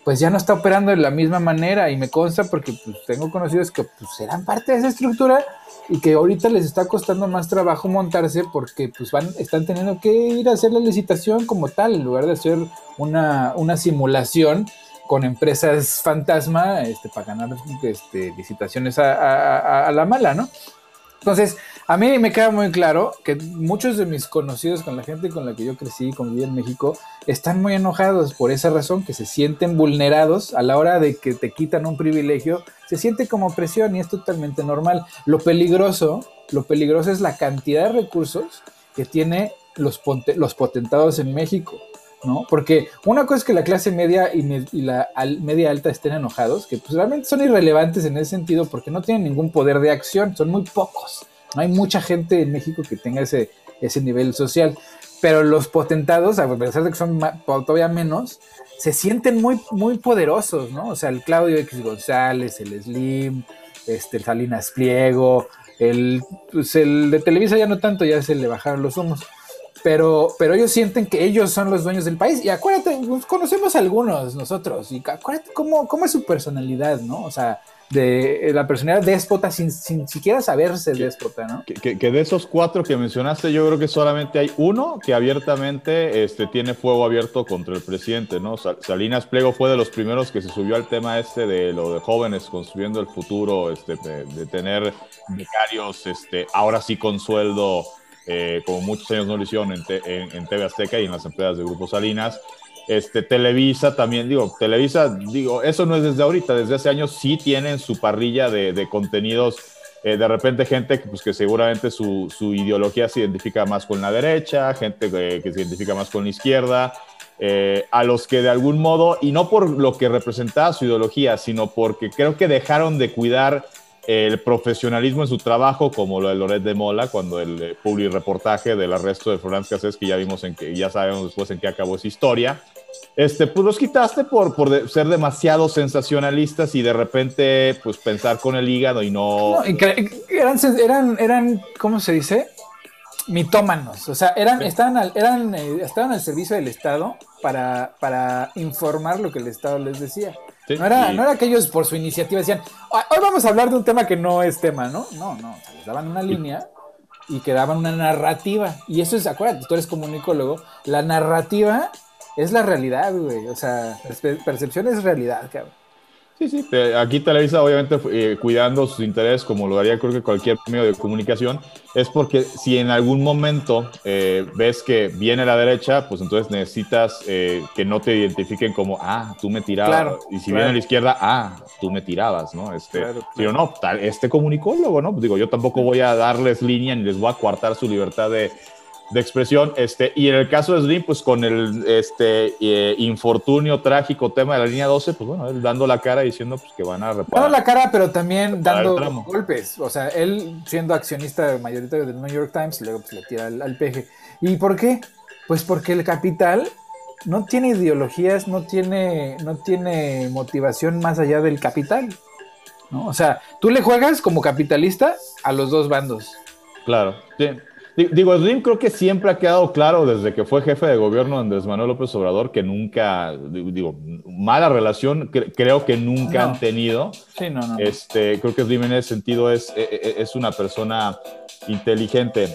Speaker 2: pues ya no está operando de la misma manera, y me consta porque pues, tengo conocidos que pues, eran parte de esa estructura y que ahorita les está costando más trabajo montarse porque pues están teniendo que ir a hacer la licitación como tal, en lugar de hacer una simulación con empresas fantasma para ganar licitaciones a la mala, ¿no? Entonces, a mí me queda muy claro que muchos de mis conocidos, con la gente con la que yo crecí y conviví en México, están muy enojados por esa razón, que se sienten vulnerados a la hora de que te quitan un privilegio, se siente como presión y es totalmente normal. Lo peligroso es la cantidad de recursos que tiene los potentados en México, ¿no? Porque una cosa es que la clase media y la media alta estén enojados, que pues realmente son irrelevantes en ese sentido porque no tienen ningún poder de acción, son muy pocos. No hay mucha gente en México que tenga ese nivel social, pero los potentados, a pesar de que son todavía menos, se sienten muy, muy poderosos, ¿no? O sea, el Claudio X González, el Slim, el Salinas Pliego, el de Televisa ya no tanto, ya se le bajaron los humos. Pero ellos sienten que ellos son los dueños del país. Y acuérdate, conocemos a algunos nosotros. Y acuérdate cómo es su personalidad, ¿no? O sea, de la personalidad déspota sin siquiera saberse déspota, ¿no?
Speaker 3: Que de esos 4 que mencionaste, yo creo que solamente hay uno que abiertamente tiene fuego abierto contra el presidente, ¿no? Salinas Pliego fue de los primeros que se subió al tema de lo de jóvenes construyendo el futuro, de tener becarios, ahora sí con sueldo, como muchos años no lo hicieron en TV Azteca y en las empresas de Grupo Salinas. Televisa también, eso no es desde ahorita, desde hace años sí tienen su parrilla de contenidos, de repente gente que seguramente su ideología se identifica más con la derecha, gente que se identifica más con la izquierda, a los que de algún modo, y no por lo que representaba su ideología, sino porque creo que dejaron de cuidar el profesionalismo en su trabajo, como lo de Loret de Mola, cuando el publireportaje del arresto de Florence Cassés, que ya sabemos después en qué acabó esa historia, pues los quitaste por ser demasiado sensacionalistas y de repente pues pensar con el hígado y no
Speaker 2: eran ¿cómo se dice? Mitómanos, o sea, estaban al servicio del Estado para informar lo que el Estado les decía. Sí, no era que ellos por su iniciativa decían, hoy vamos a hablar de un tema que no es tema, ¿no? No, o sea, les daban una línea y que daban una narrativa. Y eso es, acuérdate, tú eres comunicólogo, la narrativa es la realidad, güey. O sea, percepción es realidad, cabrón.
Speaker 3: Sí, aquí Televisa obviamente cuidando sus intereses como lo haría creo que cualquier medio de comunicación, es porque si en algún momento ves que viene la derecha, pues entonces necesitas que no te identifiquen como, tú me tirabas, claro, y si viene a la izquierda, tú me tirabas, ¿no? Claro. Si no, comunicólogo, ¿no? Pues digo, yo tampoco voy a darles línea ni les voy a coartar su libertad de expresión, y en el caso de Slim, pues con el infortunio trágico tema de la línea 12, pues bueno, él dando la cara diciendo pues que van a reparar.
Speaker 2: Dando la cara, pero también dando golpes, o sea, él siendo accionista mayoritario del New York Times, luego pues le tira al peje. ¿Y por qué? Pues porque el capital no tiene ideologías, no tiene motivación más allá del capital, ¿no? O sea, tú le juegas como capitalista a los dos bandos.
Speaker 3: Claro, sí. Digo, Slim creo que siempre ha quedado claro desde que fue jefe de gobierno Andrés Manuel López Obrador que nunca, mala relación creo que nunca han tenido.
Speaker 2: Sí, no.
Speaker 3: Creo que Slim en ese sentido es una persona inteligente.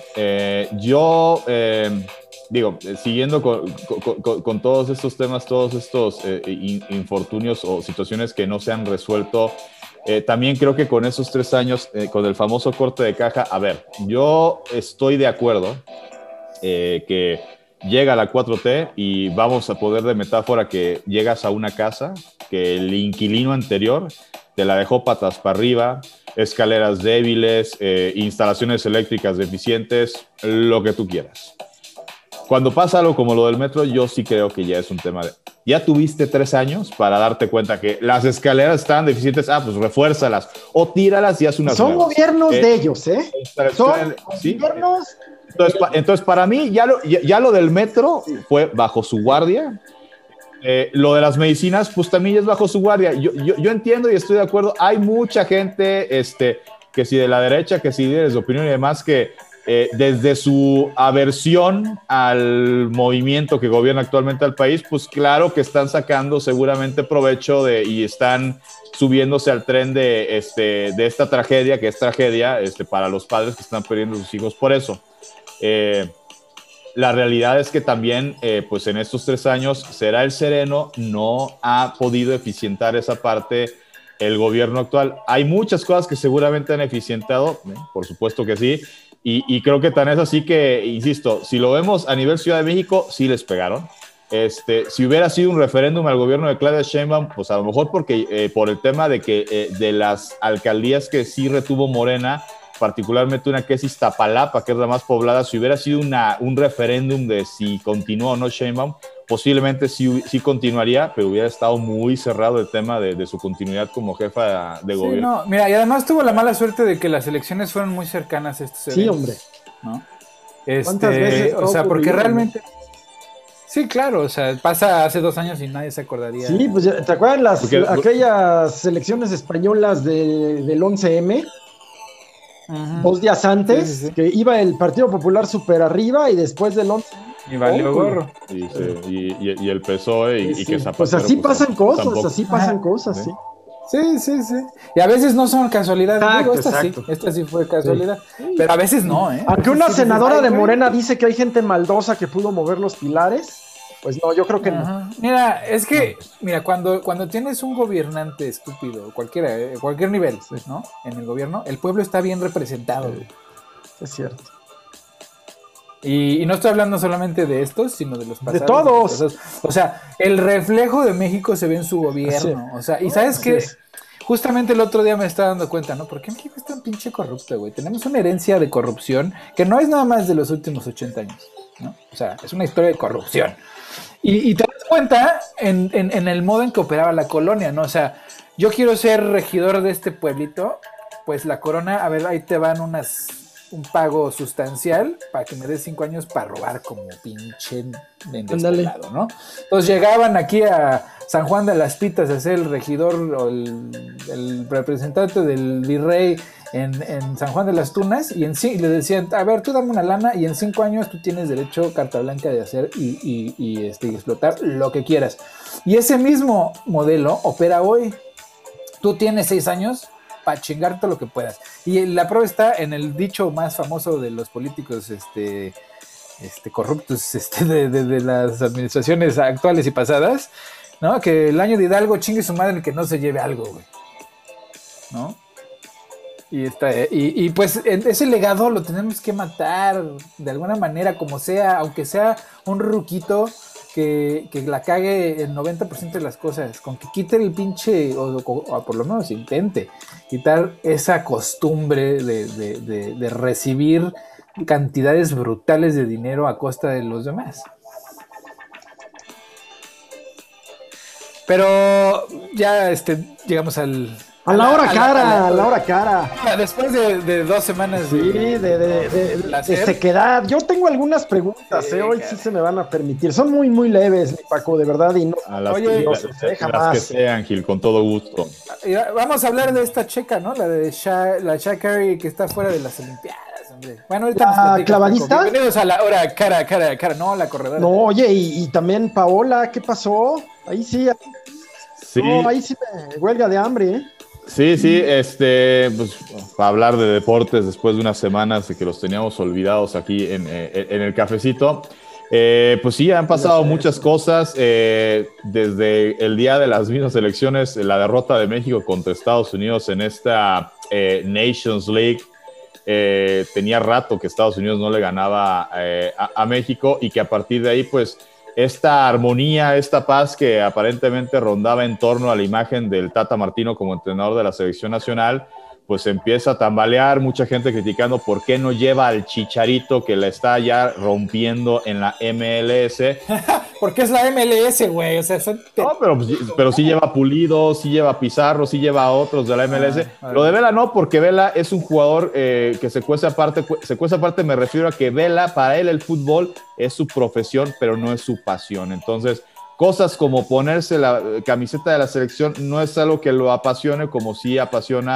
Speaker 3: Siguiendo con todos estos temas, todos estos infortunios o situaciones que no se han resuelto, también creo que con esos 3 años, con el famoso corte de caja, yo estoy de acuerdo que llega la 4T y vamos a poner de metáfora que llegas a una casa, que el inquilino anterior te la dejó patas para arriba, escaleras débiles, instalaciones eléctricas deficientes, lo que tú quieras. Cuando pasa algo como lo del metro, yo sí creo que ya es un tema de... Ya tuviste 3 años para darte cuenta que las escaleras estaban deficientes, pues refuérzalas o tíralas y haz unas
Speaker 1: Son
Speaker 3: nuevas.
Speaker 1: Gobiernos de ellos, ¿eh? Son gobiernos...
Speaker 3: Entonces, para mí, ya lo del metro fue bajo su guardia. Lo de las medicinas, pues también es bajo su guardia. Yo entiendo y estoy de acuerdo. Hay mucha gente, que si de la derecha, que si líderes de opinión y demás, que desde su aversión al movimiento que gobierna actualmente al país, pues claro que están sacando seguramente provecho y están subiéndose al tren de esta tragedia, que es tragedia para los padres que están perdiendo a sus hijos por eso. La realidad es que también, pues en estos 3 años, será el sereno, no ha podido eficientar esa parte el gobierno actual. Hay muchas cosas que seguramente han eficientado, por supuesto que sí, y creo que tan es así que, insisto, si lo vemos a nivel Ciudad de México, sí les pegaron. Si hubiera sido un referéndum al gobierno de Claudia Sheinbaum, pues a lo mejor porque por el tema de que de las alcaldías que sí retuvo Morena, particularmente una que es Iztapalapa, que es la más poblada, si hubiera sido un referéndum de si continúa o no Sheinbaum, posiblemente sí continuaría, pero hubiera estado muy cerrado el tema de su continuidad como jefa de gobierno.
Speaker 2: No, mira, y además tuvo la mala suerte de que las elecciones fueron muy cercanas a estos eventos.
Speaker 1: Sí, hombre.
Speaker 2: ¿No?
Speaker 1: ¿Cuántas veces?
Speaker 2: O sea, porque realmente... Sí, claro, o sea, pasa hace 2 años y nadie se acordaría.
Speaker 1: Sí, pues ¿te acuerdas aquellas elecciones españolas del 11M? Uh-huh. 2 días antes, sí. Que iba el Partido Popular súper arriba y después del 11.
Speaker 2: Y valió gorro.
Speaker 3: Y el PSOE y que Zapatero.
Speaker 1: Pues así pasan cosas, tampoco. Pasan cosas, sí.
Speaker 2: Sí. Y a veces no son casualidades. Esta sí fue casualidad. Sí. Pero a veces no, ¿eh?
Speaker 1: Aunque una senadora de Morena dice que hay gente maldosa que pudo mover los pilares, pues no, yo creo que no.
Speaker 2: Mira, es que, cuando tienes un gobernante estúpido, cualquier nivel, ¿no? En el gobierno, el pueblo está bien representado.
Speaker 1: Es cierto.
Speaker 2: Y no estoy hablando solamente de estos, sino de los pasados.
Speaker 1: De todos.
Speaker 2: O sea, el reflejo de México se ve en su gobierno. O sea, y ¿sabes qué? Justamente el otro día me estaba dando cuenta, ¿no? ¿Por qué México es tan pinche corrupto, güey? Tenemos una herencia de corrupción que no es nada más de los últimos 80 años, ¿no? O sea, es una historia de corrupción. Y te das cuenta en el modo en que operaba la colonia, ¿no? O sea, yo quiero ser regidor de este pueblito, pues la corona, a ver, ahí te van un pago sustancial para que me des 5 años para robar como pinche endespelado, ¿no? Entonces llegaban aquí a San Juan de las Pitas a ser el regidor o el representante del virrey en San Juan de las Tunas y le decían, a ver, tú dame una lana y en 5 años tú tienes derecho, carta blanca de hacer y explotar lo que quieras. Y ese mismo modelo opera hoy. Tú tienes 6 años para chingarte lo que puedas. Y la prueba está en el dicho más famoso de los políticos corruptos de las administraciones actuales y pasadas, ¿no? Que el año de Hidalgo chingue su madre que no se lleve algo, güey, ¿no? Y pues ese legado lo tenemos que matar de alguna manera, como sea, aunque sea un ruquito que la cague el 90% de las cosas, con que quite el pinche, o por lo menos intente quitar esa costumbre de recibir cantidades brutales de dinero a costa de los demás. Pero ya llegamos a la hora cara. Después de 2 semanas
Speaker 1: de sequedad. Yo tengo algunas preguntas, hoy sí se me van a permitir. Son muy, muy leves, Paco, de verdad. Y no,
Speaker 3: las que sean, Gil, con todo gusto.
Speaker 2: Vamos a hablar de esta checa, ¿no? La de Shaq Carey, que está fuera de las Olimpiadas, hombre. Bueno, ahorita nos platicas,
Speaker 1: ¿clavadista?
Speaker 2: Bienvenidos a la hora cara, no, la corredora.
Speaker 1: No, oye, y también Paola, ¿qué pasó? Ahí sí. No, ahí sí me huelga de hambre, ¿eh?
Speaker 3: Sí, pues para hablar de deportes después de unas semanas de que los teníamos olvidados aquí en el cafecito, pues sí, han pasado muchas cosas, desde el día de las mismas elecciones, la derrota de México contra Estados Unidos en esta Nations League. Tenía rato que Estados Unidos no le ganaba a México y que a partir de ahí, pues, esta armonía, esta paz que aparentemente rondaba en torno a la imagen del Tata Martino como entrenador de la selección nacional, pues empieza a tambalear, mucha gente criticando por qué no lleva al Chicharito que la está ya rompiendo en la MLS.
Speaker 2: Porque es la MLS, güey. O sea,
Speaker 3: no, pero sí lleva Pulido, sí lleva Pizarro, sí lleva a otros de la MLS. Lo de Vela no, porque Vela es un jugador que se cuece aparte, me refiero a que Vela, para él el fútbol es su profesión, pero no es su pasión. Entonces, cosas como ponerse la camiseta de la selección no es algo que lo apasione como sí apasiona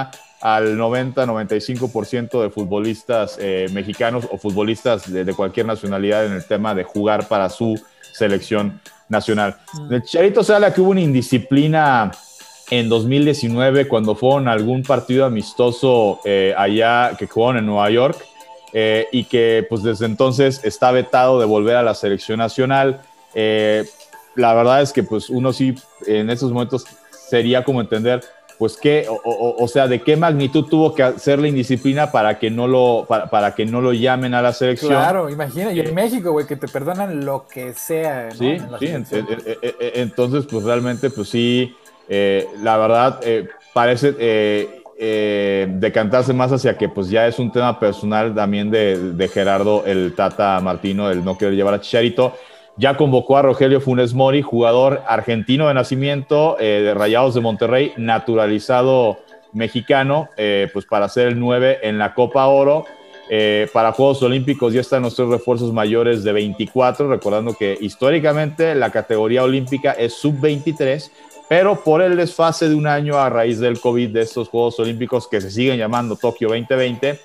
Speaker 3: al 90-95% de futbolistas mexicanos o futbolistas de cualquier nacionalidad en el tema de jugar para su selección nacional. El Chicharito se habla que hubo una indisciplina en 2019 cuando fueron a algún partido amistoso allá que jugaron en Nueva York y que pues desde entonces está vetado de volver a la selección nacional. La verdad es que pues uno sí en esos momentos sería como entender pues qué, o sea, de qué magnitud tuvo que hacer la indisciplina para que no lo llamen a la selección.
Speaker 2: Claro, imagina, y en México, güey, que te perdonan lo que sea, ¿no?
Speaker 3: Sí, sí, entonces pues realmente pues sí, la verdad parece decantarse más hacia que pues ya es un tema personal también de Gerardo el Tata Martino, el no querer llevar a Chicharito. Ya convocó a Rogelio Funes Mori, jugador argentino de nacimiento, de Rayados de Monterrey, naturalizado mexicano, pues para ser el 9 en la Copa Oro. Para Juegos Olímpicos ya están los 3 refuerzos mayores de 24, recordando que históricamente la categoría olímpica es sub-23, pero por el desfase de un año a raíz del COVID de estos Juegos Olímpicos que se siguen llamando Tokio 2020,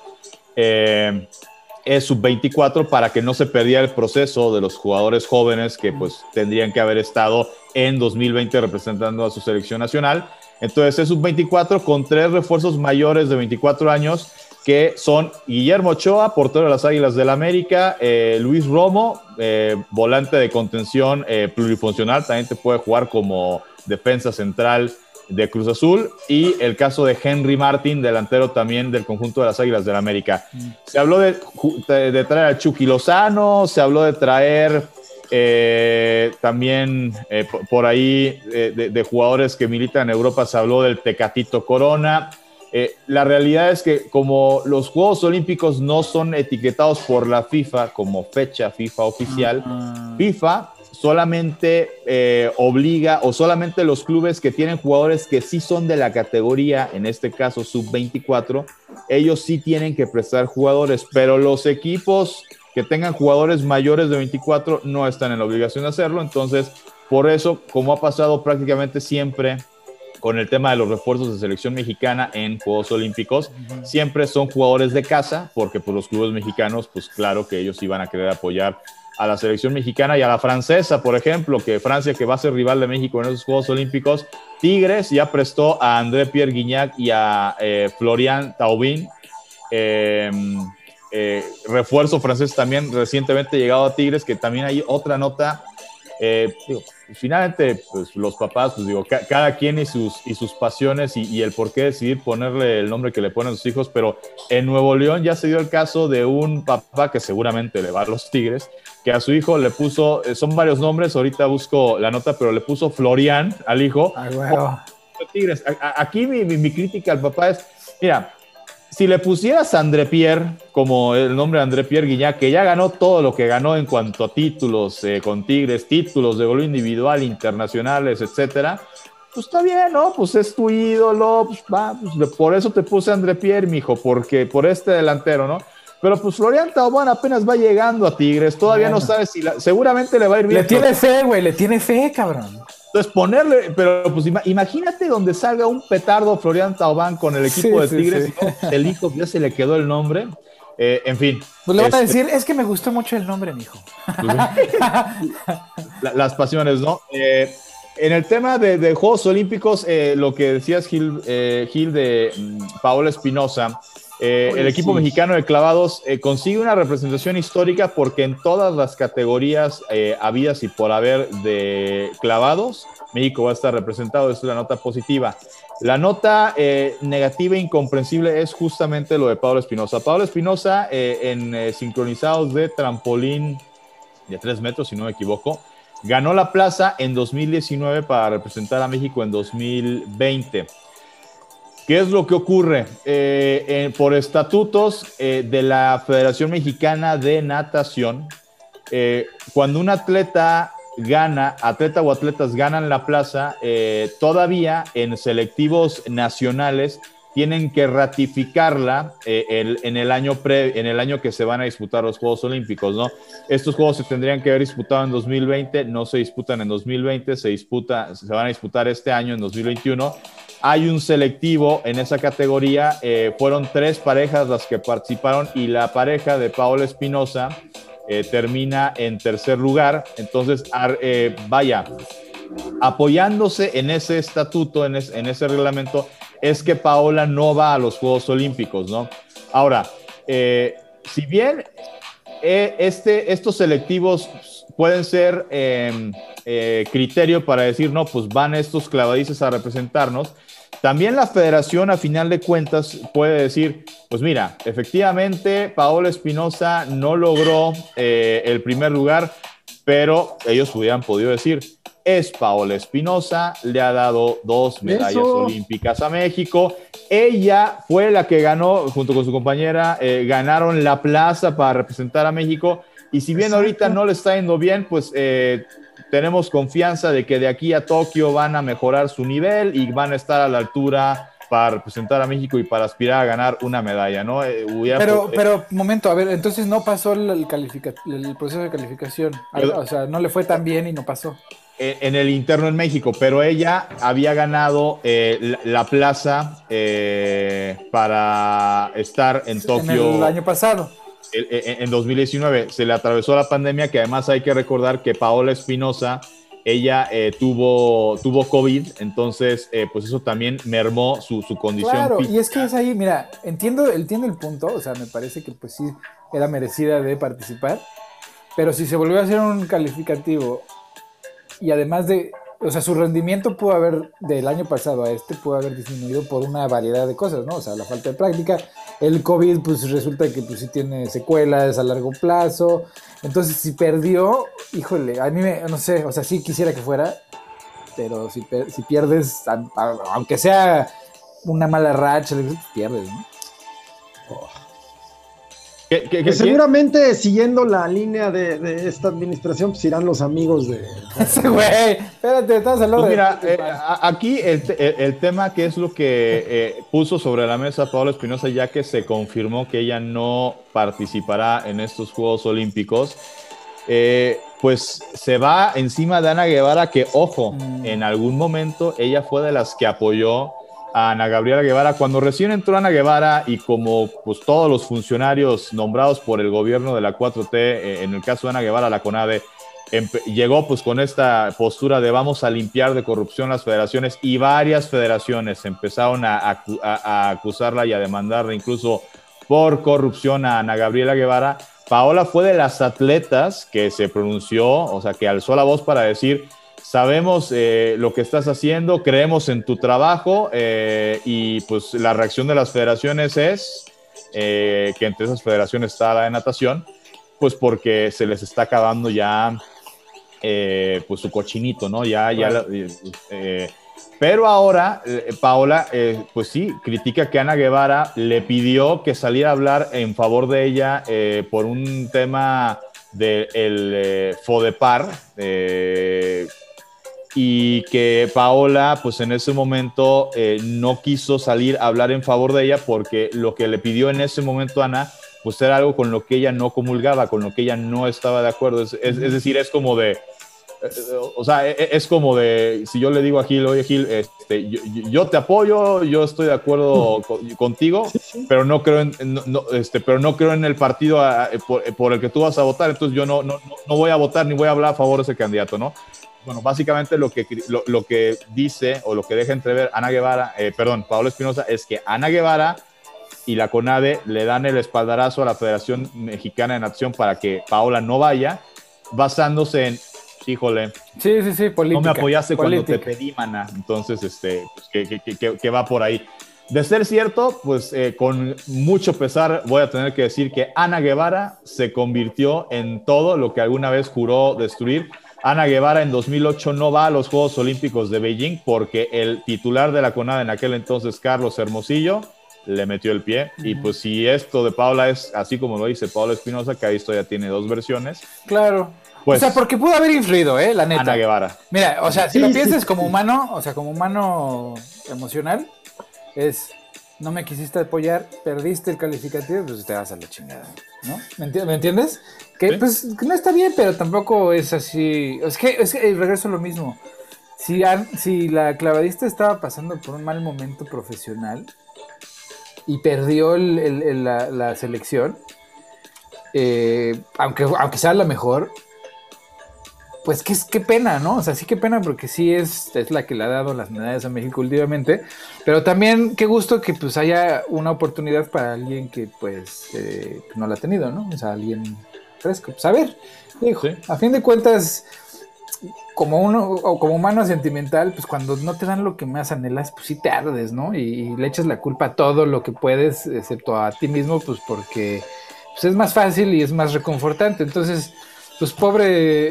Speaker 3: es sub-24 para que no se perdiera el proceso de los jugadores jóvenes que pues tendrían que haber estado en 2020 representando a su selección nacional. Entonces es sub-24 con 3 refuerzos mayores de 24 años que son Guillermo Ochoa, portero de las Águilas del América, Luis Romo, volante de contención plurifuncional, también te puede jugar como defensa central de Cruz Azul, y el caso de Henry Martin, delantero también del conjunto de las Águilas del América. Se habló de traer a Chucky Lozano, se habló de traer también por ahí de jugadores que militan en Europa, se habló del Tecatito Corona. La realidad es que como los Juegos Olímpicos no son etiquetados por la FIFA como fecha FIFA oficial, FIFA solamente obliga, o solamente los clubes que tienen jugadores que sí son de la categoría, en este caso sub-24, ellos sí tienen que prestar jugadores, pero los equipos que tengan jugadores mayores de 24 no están en la obligación de hacerlo. Entonces, por eso, como ha pasado prácticamente siempre con el tema de los refuerzos de selección mexicana en Juegos Olímpicos, siempre son jugadores de casa, porque pues, los clubes mexicanos, pues claro que ellos iban a querer apoyar a la selección mexicana y a la francesa, por ejemplo, que Francia, que va a ser rival de México en esos Juegos Olímpicos. Tigres ya prestó a André-Pierre Gignac y a Florian Thauvin, refuerzo francés también recientemente llegado a Tigres, que también hay otra nota. Finalmente, pues los papás, pues digo, cada quien y sus pasiones y el por qué decidir ponerle el nombre que le ponen a sus hijos, pero en Nuevo León ya se dio el caso de un papá que seguramente le va a los Tigres, que a su hijo le puso, son varios nombres, ahorita busco la nota, pero le puso Florian al hijo.
Speaker 2: Bueno.
Speaker 3: Tigres. Aquí mi crítica al papá es, mira, si le pusieras a André Pierre, como el nombre de André Pierre Gignac, que ya ganó todo lo que ganó en cuanto a títulos con Tigres, títulos de gol individual, internacionales, etcétera, pues está bien, ¿no? Pues es tu ídolo, pues va, pues por eso te puse a André Pierre, mijo, porque por este delantero, ¿no? Pero pues Florian Thauvin apenas va llegando a Tigres, todavía no sabe si seguramente le va a ir bien.
Speaker 2: Le tiene fe, güey, le tiene fe, cabrón.
Speaker 3: Entonces ponerle, pero pues imagínate donde salga un petardo Florian Thauvin con el equipo de Tigres, sí. ¿No? El hijo ya se le quedó el nombre, en fin.
Speaker 2: Pues le van a decir, es que me gustó mucho el nombre, mijo.
Speaker 3: Las pasiones, ¿no? En el tema de Juegos Olímpicos, lo que decías, Gil, de Paola Espinosa, el equipo mexicano de clavados consigue una representación histórica porque en todas las categorías habidas y por haber de clavados, México va a estar representado. Esa es la nota positiva. La nota negativa e incomprensible es justamente lo de Paola Espinosa. Paola Espinosa en sincronizados de trampolín de 3 metros, si no me equivoco, ganó la plaza en 2019 para representar a México en 2020. ¿Qué es lo que ocurre? Por estatutos de la Federación Mexicana de Natación, cuando un atleta o atletas ganan la plaza, todavía en selectivos nacionales tienen que ratificarla en el año que se van a disputar los Juegos Olímpicos, ¿no? Estos Juegos se tendrían que haber disputado en 2020, no se disputan en 2020, se van a disputar este año, en 2021. hay un selectivo en esa categoría. Fueron 3 parejas las que participaron y la pareja de Paola Espinosa termina en tercer lugar. Entonces, vaya, apoyándose en ese estatuto, en ese reglamento, es que Paola no va a los Juegos Olímpicos, ¿no? Ahora, si bien estos selectivos pueden ser criterio para decir, no, pues van estos clavadistas a representarnos, también la federación, a final de cuentas, puede decir, pues mira, efectivamente, Paola Espinosa no logró el primer lugar, pero ellos hubieran podido decir, es Paola Espinosa, le ha dado 2 medallas olímpicas a México. Ella fue la que ganó, junto con su compañera, ganaron la plaza para representar a México. Y si bien ahorita no le está yendo bien, pues tenemos confianza de que de aquí a Tokio van a mejorar su nivel y van a estar a la altura para representar a México y para aspirar a ganar una medalla, ¿no?
Speaker 2: Pero, momento, a ver, entonces no pasó el proceso de calificación. O sea, no le fue tan bien y no pasó.
Speaker 3: En el interno en México, pero ella había ganado la plaza para estar en Tokio.
Speaker 2: El año pasado.
Speaker 3: En 2019 se le atravesó la pandemia, que además hay que recordar que Paola Espinosa, ella tuvo COVID, entonces pues eso también mermó su condición física.
Speaker 2: Y es que es ahí, mira, entiendo el punto, o sea, me parece que pues sí era merecida de participar, pero si se volvió a hacer un calificativo y además o sea, su rendimiento pudo haber, del año pasado a pudo haber disminuido por una variedad de cosas, ¿no? O sea, la falta de práctica, el COVID, pues resulta que pues sí tiene secuelas a largo plazo, entonces si perdió, híjole, a mí no sé, o sea, sí quisiera que fuera, pero si pierdes, aunque sea una mala racha, pierdes, ¿no?
Speaker 1: Que seguramente siguiendo la línea de esta administración, pues irán los amigos de...
Speaker 2: Güey, espérate, estás hablando
Speaker 3: pues mira, aquí el tema que es lo que puso sobre la mesa Paola Espinosa, ya que se confirmó que ella no participará en estos Juegos Olímpicos, pues se va encima de Ana Guevara, que ojo, en algún momento ella fue de las que apoyó a Ana Gabriela Guevara. Cuando recién entró Ana Guevara y como pues todos los funcionarios nombrados por el gobierno de la 4T, en el caso de Ana Guevara, la CONADE, llegó pues con esta postura de vamos a limpiar de corrupción las federaciones, y varias federaciones empezaron a acusarla y a demandarla incluso por corrupción a Ana Gabriela Guevara. Paola fue de las atletas que se pronunció, o sea, que alzó la voz para decir: sabemos lo que estás haciendo, creemos en tu trabajo, y pues la reacción de las federaciones es que entre esas federaciones está la de natación, pues porque se les está acabando ya pues su cochinito, ¿no? Pero ahora Paola, pues sí, critica que Ana Guevara le pidió que saliera a hablar en favor de ella por un tema del FODEPAR, y que Paola pues en ese momento no quiso salir a hablar en favor de ella porque lo que le pidió en ese momento Ana pues era algo con lo que ella no comulgaba, con lo que ella no estaba de acuerdo. Es decir, es como de o sea, es como de si yo le digo a Gil: oye Gil, yo te apoyo, yo estoy de acuerdo contigo, pero no creo en el partido por el que tú vas a votar, entonces yo no voy a votar ni voy a hablar a favor de ese candidato, ¿no? Bueno, básicamente lo que dice o lo que deja entrever Paola Espinosa es que Ana Guevara y la CONADE le dan el espaldarazo a la Federación Mexicana de Natación para que Paola no vaya, basándose en: híjole,
Speaker 2: sí, política,
Speaker 3: no me apoyaste
Speaker 2: política.
Speaker 3: Cuando te pedí, mana. Entonces, pues, que va por ahí. De ser cierto, pues con mucho pesar voy a tener que decir que Ana Guevara se convirtió en todo lo que alguna vez juró destruir. Ana Guevara en 2008 no va a los Juegos Olímpicos de Beijing porque el titular de la CONADE en aquel entonces, Carlos Hermosillo, le metió el pie. Y pues si esto de Paola es así como lo dice Paola Espinosa, que ahí esto ya tiene 2 versiones.
Speaker 2: Claro.
Speaker 3: Pues,
Speaker 2: o sea, porque pudo haber influido, la neta.
Speaker 3: Ana Guevara.
Speaker 2: Mira, o sea, si lo piensas como humano, o sea, como humano emocional, no me quisiste apoyar, perdiste el calificativo, pues te vas a la chingada, ¿no? ¿Me entiendes? Que
Speaker 3: ¿Sí?
Speaker 2: pues no está bien, pero tampoco es así. Es que regreso a lo mismo. si la clavadista estaba pasando por un mal momento profesional y perdió la selección, aunque sea la mejor, pues qué pena, ¿no? O sea, sí qué pena porque sí es la que le ha dado las medallas a México últimamente, pero también qué gusto que pues haya una oportunidad para alguien que pues no la ha tenido, ¿no? O sea, alguien fresco. Pues a ver, dijo, sí. A fin de cuentas, como humano sentimental, pues cuando no te dan lo que más anhelas, pues sí te ardes, ¿no? Y le echas la culpa a todo lo que puedes, excepto a ti mismo, pues porque pues es más fácil y es más reconfortante. Entonces, pues pobre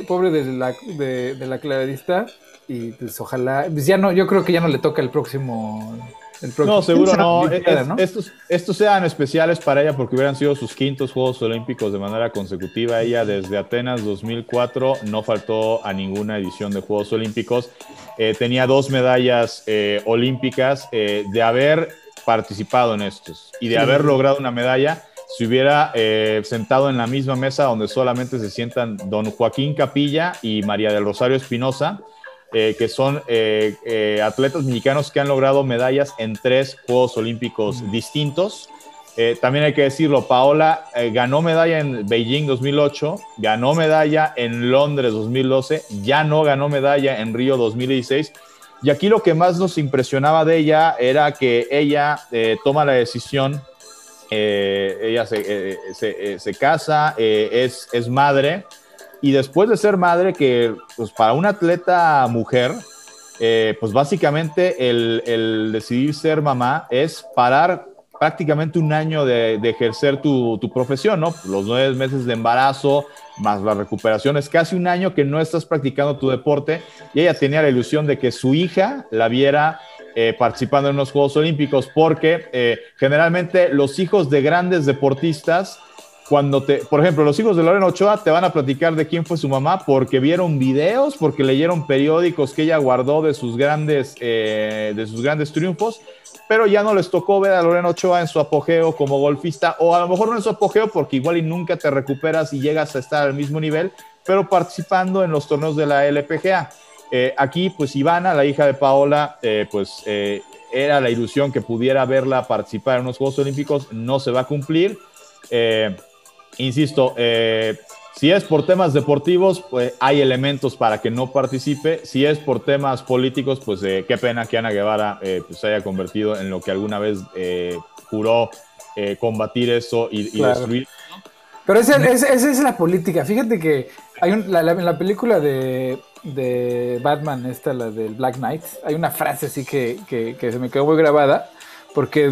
Speaker 2: de la clavadista, y pues ojalá, pues ya no, yo creo que ya no le toca el próximo.
Speaker 3: No, seguro no. Estos sean especiales para ella porque hubieran sido sus quintos Juegos Olímpicos de manera consecutiva. Ella desde Atenas 2004 no faltó a ninguna edición de Juegos Olímpicos. Tenía 2 medallas olímpicas de haber participado en estos y de haber logrado una medalla. Se hubiera sentado en la misma mesa donde solamente se sientan don Joaquín Capilla y María del Rosario Espinosa, que son atletas mexicanos que han logrado medallas en 3 Juegos Olímpicos distintos. También hay que decirlo, Paola ganó medalla en Beijing 2008, ganó medalla en Londres 2012, ya no ganó medalla en Río 2016. Y aquí lo que más nos impresionaba de ella era que ella toma la decisión. Ella se casa, es madre, y después de ser madre, que pues para una atleta mujer, pues básicamente el decidir ser mamá es parar prácticamente un año de ejercer tu profesión, ¿no? Los 9 meses de embarazo más la recuperación, es casi un año que no estás practicando tu deporte, y ella tenía la ilusión de que su hija la viera participando en los Juegos Olímpicos, porque generalmente los hijos de grandes deportistas, por ejemplo, los hijos de Lorena Ochoa te van a platicar de quién fue su mamá porque vieron videos, porque leyeron periódicos que ella guardó de sus grandes triunfos, pero ya no les tocó ver a Lorena Ochoa en su apogeo como golfista, o a lo mejor no en su apogeo porque igual y nunca te recuperas y llegas a estar al mismo nivel, pero participando en los torneos de la LPGA. Aquí, pues Ivana, la hija de Paola, era la ilusión que pudiera verla participar en los Juegos Olímpicos, no se va a cumplir. Insisto, si es por temas deportivos, pues hay elementos para que no participe. Si es por temas políticos, pues qué pena que Ana Guevara pues, se haya convertido en lo que alguna vez juró combatir eso y destruir.
Speaker 2: Pero esa es la política. Fíjate que hay en la película de Batman, la del Black Knight, hay una frase así que se me quedó muy grabada, porque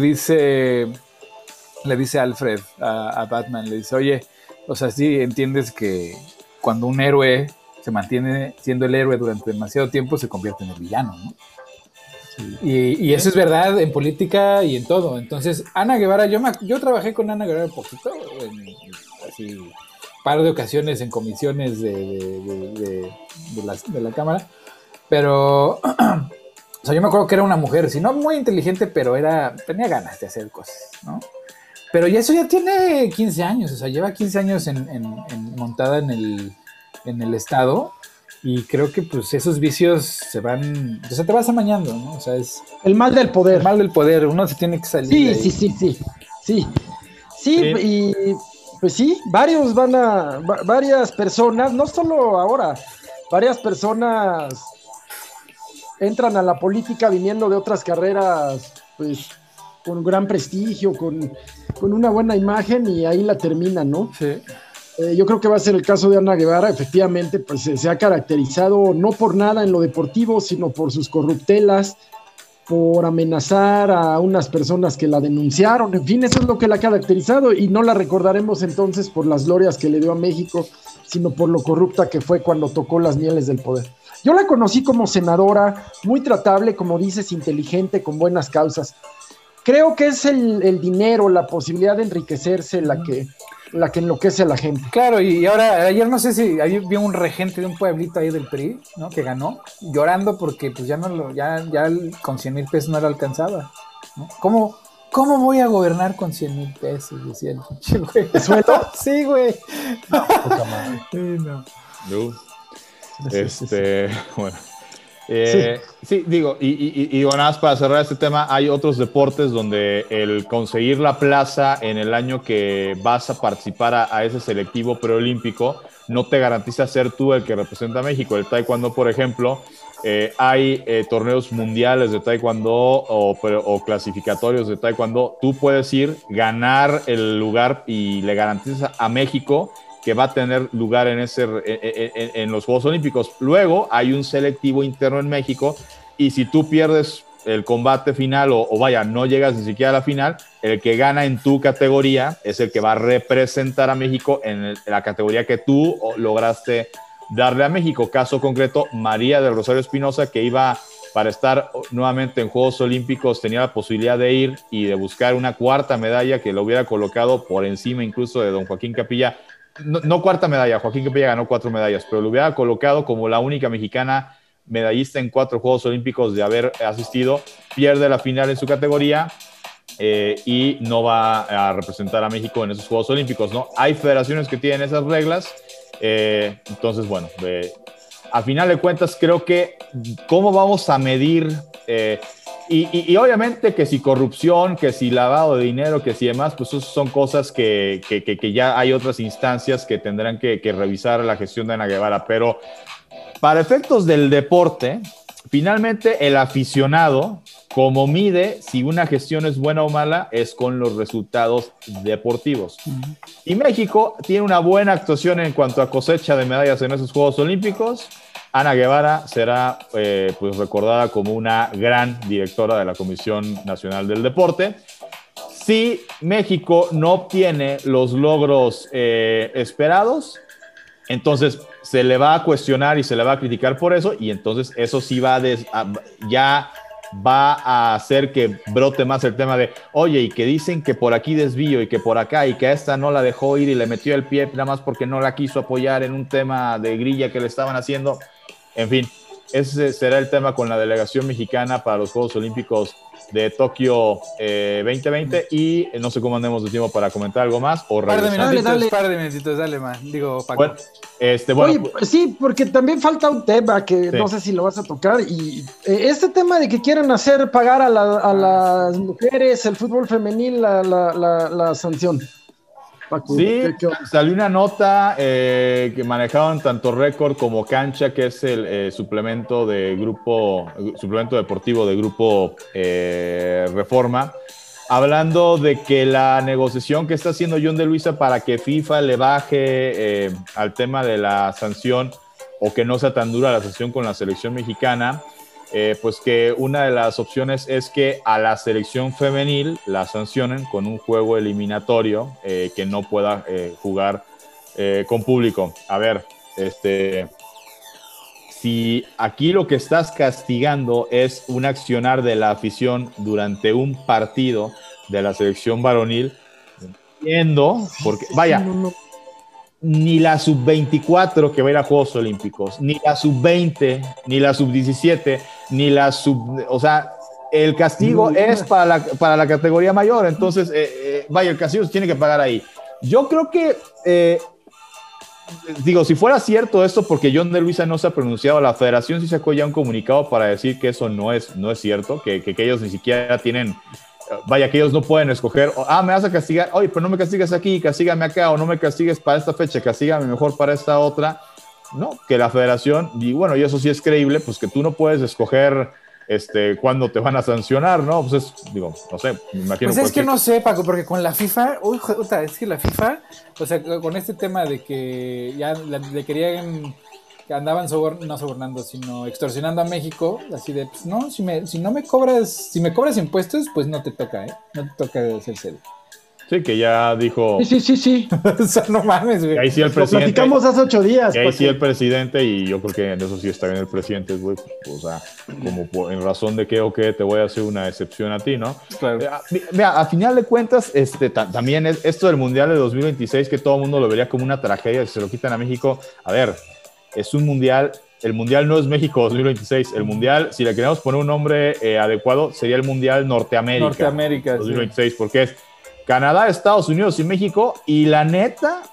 Speaker 2: le dice Alfred a Batman, le dice, oye, o sea, sí entiendes que cuando un héroe se mantiene siendo el héroe durante demasiado tiempo, se convierte en el villano, ¿no? Sí. Y eso es verdad en política y en todo. Entonces, Ana Guevara, yo trabajé con Ana Guevara un poquito, así, un par de ocasiones en comisiones de la Cámara, pero, o sea, yo me acuerdo que era una mujer, si no muy inteligente, pero tenía ganas de hacer cosas, ¿no? Pero eso ya tiene 15 años, o sea, lleva 15 años montada en el Estado, y creo que pues esos vicios te vas amañando, ¿no? O sea, es...
Speaker 1: El mal del poder.
Speaker 2: El mal del poder, uno se tiene que salir.
Speaker 1: Sí, y pues sí, varias personas, no solo ahora, varias personas entran a la política viniendo de otras carreras, pues con gran prestigio, con una buena imagen, y ahí la terminan, ¿no?
Speaker 2: Sí.
Speaker 1: Yo creo que va a ser el caso de Ana Guevara. Efectivamente, pues se ha caracterizado no por nada en lo deportivo, sino por sus corruptelas, por amenazar a unas personas que la denunciaron. En fin, eso es lo que la ha caracterizado, y no la recordaremos entonces por las glorias que le dio a México, sino por lo corrupta que fue cuando tocó las mieles del poder. Yo la conocí como senadora, muy tratable, como dices, inteligente, con buenas causas. Creo que es el dinero, la posibilidad de enriquecerse la que enloquece a la gente.
Speaker 2: Claro, y ahora, ayer no sé si vi un regente de un pueblito ahí del PRI, ¿no? Que ganó, llorando porque pues ya con 100,000 pesos no le alcanzaba, ¿no? ¿Cómo voy a gobernar con 100,000 pesos? Decía el pinche güey.
Speaker 1: ¿Te suelto?
Speaker 2: Sí, güey.
Speaker 1: Poca madre.
Speaker 2: No.
Speaker 3: Bueno. Sí, digo, y nada más para cerrar este tema, hay otros deportes donde el conseguir la plaza en el año que vas a participar a ese selectivo preolímpico no te garantiza ser tú el que representa a México. El taekwondo, por ejemplo, hay torneos mundiales de taekwondo o clasificatorios de taekwondo. Tú puedes ir, ganar el lugar y le garantizas a México que va a tener lugar en los Juegos Olímpicos. Luego hay un selectivo interno en México y si tú pierdes el combate final o vaya, no llegas ni siquiera a la final, el que gana en tu categoría es el que va a representar a México en la categoría que tú lograste darle a México. Caso concreto, María del Rosario Espinosa, que iba para estar nuevamente en Juegos Olímpicos, tenía la posibilidad de ir y de buscar una cuarta medalla que lo hubiera colocado por encima incluso de don Joaquín Capilla. No cuarta medalla, Joaquín Capilla ganó 4 medallas, pero lo hubiera colocado como la única mexicana medallista en 4 Juegos Olímpicos de haber asistido. Pierde la final en su categoría y no va a representar a México en esos Juegos Olímpicos, ¿no? Hay federaciones que tienen esas reglas, entonces, bueno, a final de cuentas creo que cómo vamos a medir... Y obviamente que si corrupción, que si lavado de dinero, que si demás, pues eso son cosas que ya hay otras instancias que tendrán que revisar la gestión de Ana Guevara. Pero para efectos del deporte, finalmente el aficionado, como mide si una gestión es buena o mala, es con los resultados deportivos. Y México tiene una buena actuación en cuanto a cosecha de medallas en esos Juegos Olímpicos. Ana Guevara será pues recordada como una gran directora de la Comisión Nacional del Deporte. Si México no obtiene los logros esperados, entonces se le va a cuestionar y se le va a criticar por eso, y entonces eso sí ya va a hacer que brote más el tema de, oye, y que dicen que por aquí desvío y que por acá, y que a esta no la dejó ir y le metió el pie nada más porque no la quiso apoyar en un tema de grilla que le estaban haciendo. En fin, ese será el tema con la delegación mexicana para los Juegos Olímpicos de Tokio 2020, y no sé cómo andemos de tiempo para comentar algo más o regresar.
Speaker 2: Par de minutitos, dale, man. Digo, Paco.
Speaker 1: Oye, sí, porque también falta un tema que no sé si lo vas a tocar, y este tema de que quieran hacer pagar a las mujeres, el fútbol femenil, la sanción. Paco,
Speaker 3: sí, salió una nota que manejaban tanto Récord como Cancha, que es el suplemento deportivo de Grupo Reforma, hablando de que la negociación que está haciendo John de Luisa para que FIFA le baje al tema de la sanción, o que no sea tan dura la sanción con la selección mexicana, pues que una de las opciones es que a la selección femenil la sancionen con un juego eliminatorio que no pueda jugar con público. A ver, si aquí lo que estás castigando es un accionar de la afición durante un partido de la selección varonil, entiendo, porque vaya, ni la sub-24 que va a ir a Juegos Olímpicos, ni la sub-20, ni la sub-17, ni la o sea, el castigo es para la categoría mayor. Entonces, vaya, el castigo se tiene que pagar ahí. Yo creo que, digo, si fuera cierto esto, porque John de Luisa no se ha pronunciado, la federación sí sacó ya un comunicado para decir que eso no es cierto, que ellos ni siquiera tienen... Vaya, que ellos no pueden escoger, me vas a castigar, oye, pero no me castigues aquí, castígame acá, o no me castigues para esta fecha, castígame mejor para esta otra. No, que la federación, y bueno, y eso sí es creíble, pues que tú no puedes escoger cuándo te van a sancionar, ¿no? Pues digo, no sé, me imagino.
Speaker 2: Pues es que no sé, Paco, porque con la FIFA, es que la FIFA, o sea, con este tema de que ya le querían... que andaban no sobornando, sino extorsionando a México, así de, pues no, si me cobras impuestos, pues no te toca, no te toca hacer serio.
Speaker 3: Sí, que ya dijo...
Speaker 1: Sí.
Speaker 2: O sea, no mames, güey.
Speaker 3: Ahí sí el presidente...
Speaker 1: Lo platicamos hace 8 días.
Speaker 3: Y ahí sí el presidente, y yo creo que en eso sí está bien el presidente, güey, o sea, como en razón de que te voy a hacer una excepción a ti, ¿no?
Speaker 2: Claro.
Speaker 3: Mira, a final de cuentas, también es esto del Mundial de 2026, que todo el mundo lo vería como una tragedia si se lo quitan a México. A ver, es un mundial, el mundial no es México 2026, el mundial, si le queremos poner un nombre adecuado, sería el Mundial Norteamérica 2026, sí. Porque es Canadá, Estados Unidos y México, y la neta,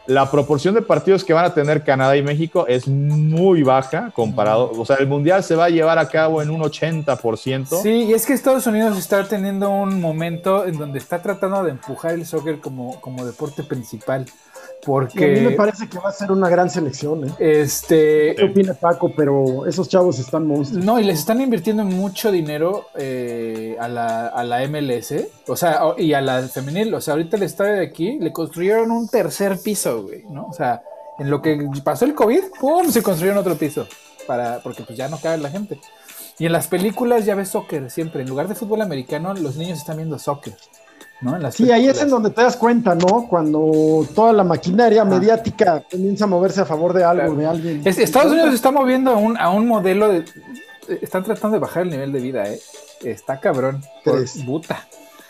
Speaker 3: la proporción de partidos que van a tener Canadá y México es muy baja comparado, o sea, el Mundial se va a llevar a cabo en un 80%.
Speaker 2: Sí, y es que Estados Unidos está teniendo un momento en donde está tratando de empujar el soccer como deporte principal. Porque
Speaker 1: a mí me parece que va a ser una gran selección.
Speaker 2: ¿Qué
Speaker 1: opina Paco? Pero esos chavos están monstruos.
Speaker 2: No, y les están invirtiendo mucho dinero a la MLS, o sea, y a la femenil. O sea, ahorita el estadio de aquí le construyeron un tercer piso, güey, ¿no? O sea, en lo que pasó el COVID, ¡pum!, se construyeron otro piso, porque pues ya no cabe la gente. Y en las películas ya ves soccer siempre. En lugar de fútbol americano, los niños están viendo soccer, ¿no?
Speaker 1: Sí, ahí es en donde te das cuenta, ¿no? Cuando toda la maquinaria mediática comienza a moverse a favor de algo, de alguien.
Speaker 2: Estados Unidos se está moviendo a un modelo de... Están tratando de bajar el nivel de vida, ¿eh? Está cabrón. Puta.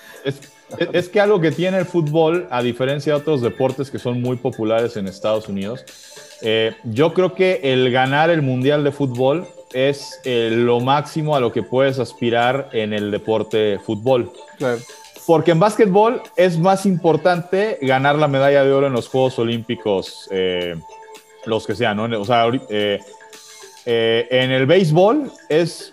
Speaker 3: Es que algo que tiene el fútbol, a diferencia de otros deportes que son muy populares en Estados Unidos, yo creo que el ganar el Mundial de Fútbol es lo máximo a lo que puedes aspirar en el deporte fútbol.
Speaker 2: Claro.
Speaker 3: Porque en básquetbol es más importante ganar la medalla de oro en los Juegos Olímpicos, los que sean, ¿no? O sea, en el béisbol es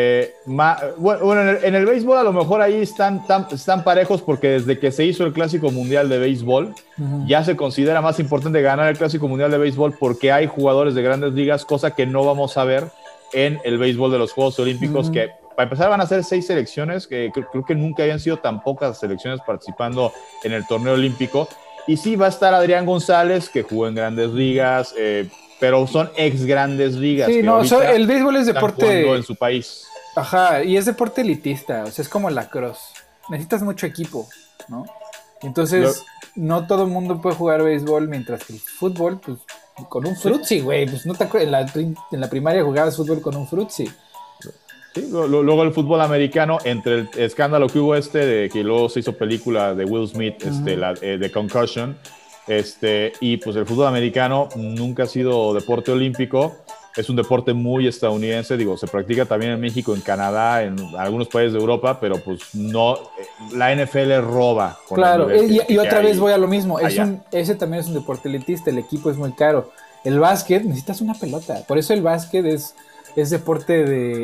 Speaker 3: bueno, en el béisbol a lo mejor ahí están parejos, porque desde que se hizo el Clásico Mundial de Béisbol, ya se considera más importante ganar el Clásico Mundial de Béisbol porque hay jugadores de grandes ligas, cosa que no vamos a ver en el béisbol de los Juegos Olímpicos, que para empezar van a ser 6 selecciones, que creo que nunca habían sido tan pocas selecciones participando en el torneo olímpico. Y sí, va a estar Adrián González, que jugó en grandes ligas, pero son ex grandes ligas.
Speaker 2: Sí, no, el béisbol es deporte
Speaker 3: en su país.
Speaker 2: Ajá, y es deporte elitista, o sea, es como la lacrosse. Necesitas mucho equipo, ¿no? Entonces, no todo el mundo puede jugar béisbol, mientras que el fútbol, pues, con un frutzi, güey. Pues no te acuerdas, en la primaria jugabas fútbol con un frutzi.
Speaker 3: Sí, luego el fútbol americano, entre el escándalo que hubo de que luego se hizo película de Will Smith, de Concussion, y pues el fútbol americano nunca ha sido deporte olímpico, es un deporte muy estadounidense, digo, se practica también en México, en Canadá, en algunos países de Europa, pero pues no, la NFL roba.
Speaker 2: Claro, y otra vez voy a lo mismo, ese también es un deporte elitista, el equipo es muy caro. El básquet, necesitas una pelota, por eso el básquet es deporte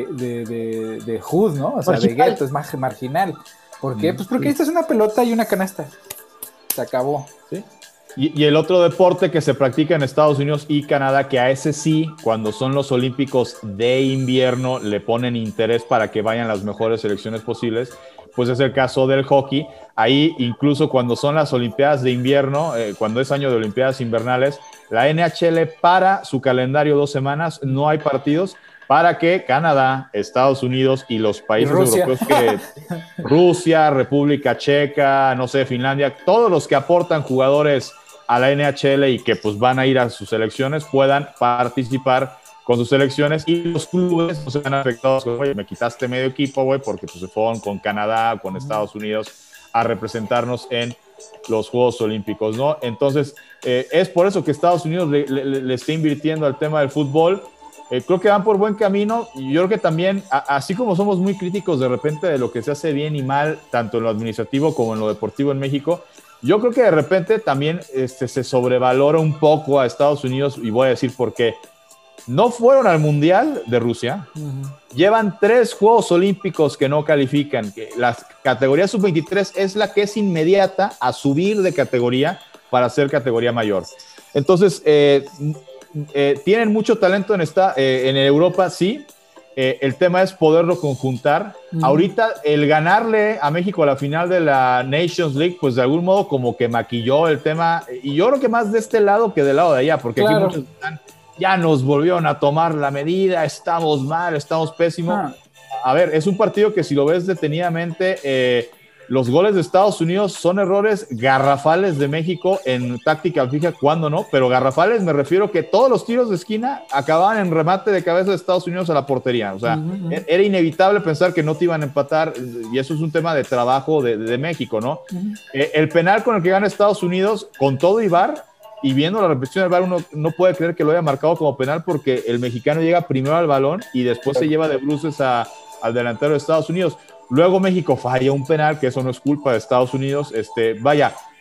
Speaker 2: de hood, ¿no? O sea, marginal. De gueto, es marginal. ¿Por qué? Pues porque esta es una pelota y una canasta. Se acabó.
Speaker 3: ¿Sí? Y el otro deporte que se practica en Estados Unidos y Canadá, que a ese sí, cuando son los Olímpicos de invierno, le ponen interés para que vayan las mejores selecciones posibles, pues es el caso del hockey. Ahí, incluso cuando son las Olimpiadas de invierno, cuando es año de Olimpiadas invernales, la NHL para su calendario 2 semanas, no hay partidos, para que Canadá, Estados Unidos y los países europeos, Rusia, República Checa, no sé, Finlandia, todos los que aportan jugadores a la NHL y que pues van a ir a sus selecciones, puedan participar con sus selecciones, y los clubes no se ven afectados. Oye, me quitaste medio equipo, güey, porque pues se fueron con Canadá, con Estados Unidos a representarnos en los Juegos Olímpicos, ¿no? Entonces, es por eso que Estados Unidos le está invirtiendo al tema del fútbol. Creo que van por buen camino, y yo creo que también, así como somos muy críticos de repente de lo que se hace bien y mal, tanto en lo administrativo como en lo deportivo en México, yo creo que de repente también se sobrevalora un poco a Estados Unidos, y voy a decir por qué. No fueron al Mundial de Rusia, llevan 3 Juegos Olímpicos que no califican, que la categoría sub-23 es la que es inmediata a subir de categoría para ser categoría mayor. Entonces, tienen mucho talento en Europa, sí. El tema es poderlo conjuntar. Ahorita, el ganarle a México a la final de la Nations League, pues de algún modo como que maquilló el tema. Y yo creo que más de este lado que del lado de allá, porque claro, aquí muchos están, ya nos volvieron a tomar la medida, estamos mal, estamos pésimos. A ver, es un partido que si lo ves detenidamente, los goles de Estados Unidos son errores garrafales de México en táctica fija, cuando no, pero garrafales me refiero que todos los tiros de esquina acababan en remate de cabeza de Estados Unidos a la portería. O sea, era inevitable pensar que no te iban a empatar, y eso es un tema de trabajo de México, ¿no? El penal con el que gana Estados Unidos, con todo y VAR, y viendo la repetición del VAR, uno no puede creer que lo haya marcado como penal, porque el mexicano llega primero al balón y después se lleva de bruces al delantero de Estados Unidos. Luego México falla un penal, que eso no es culpa de Estados Unidos. Vaya,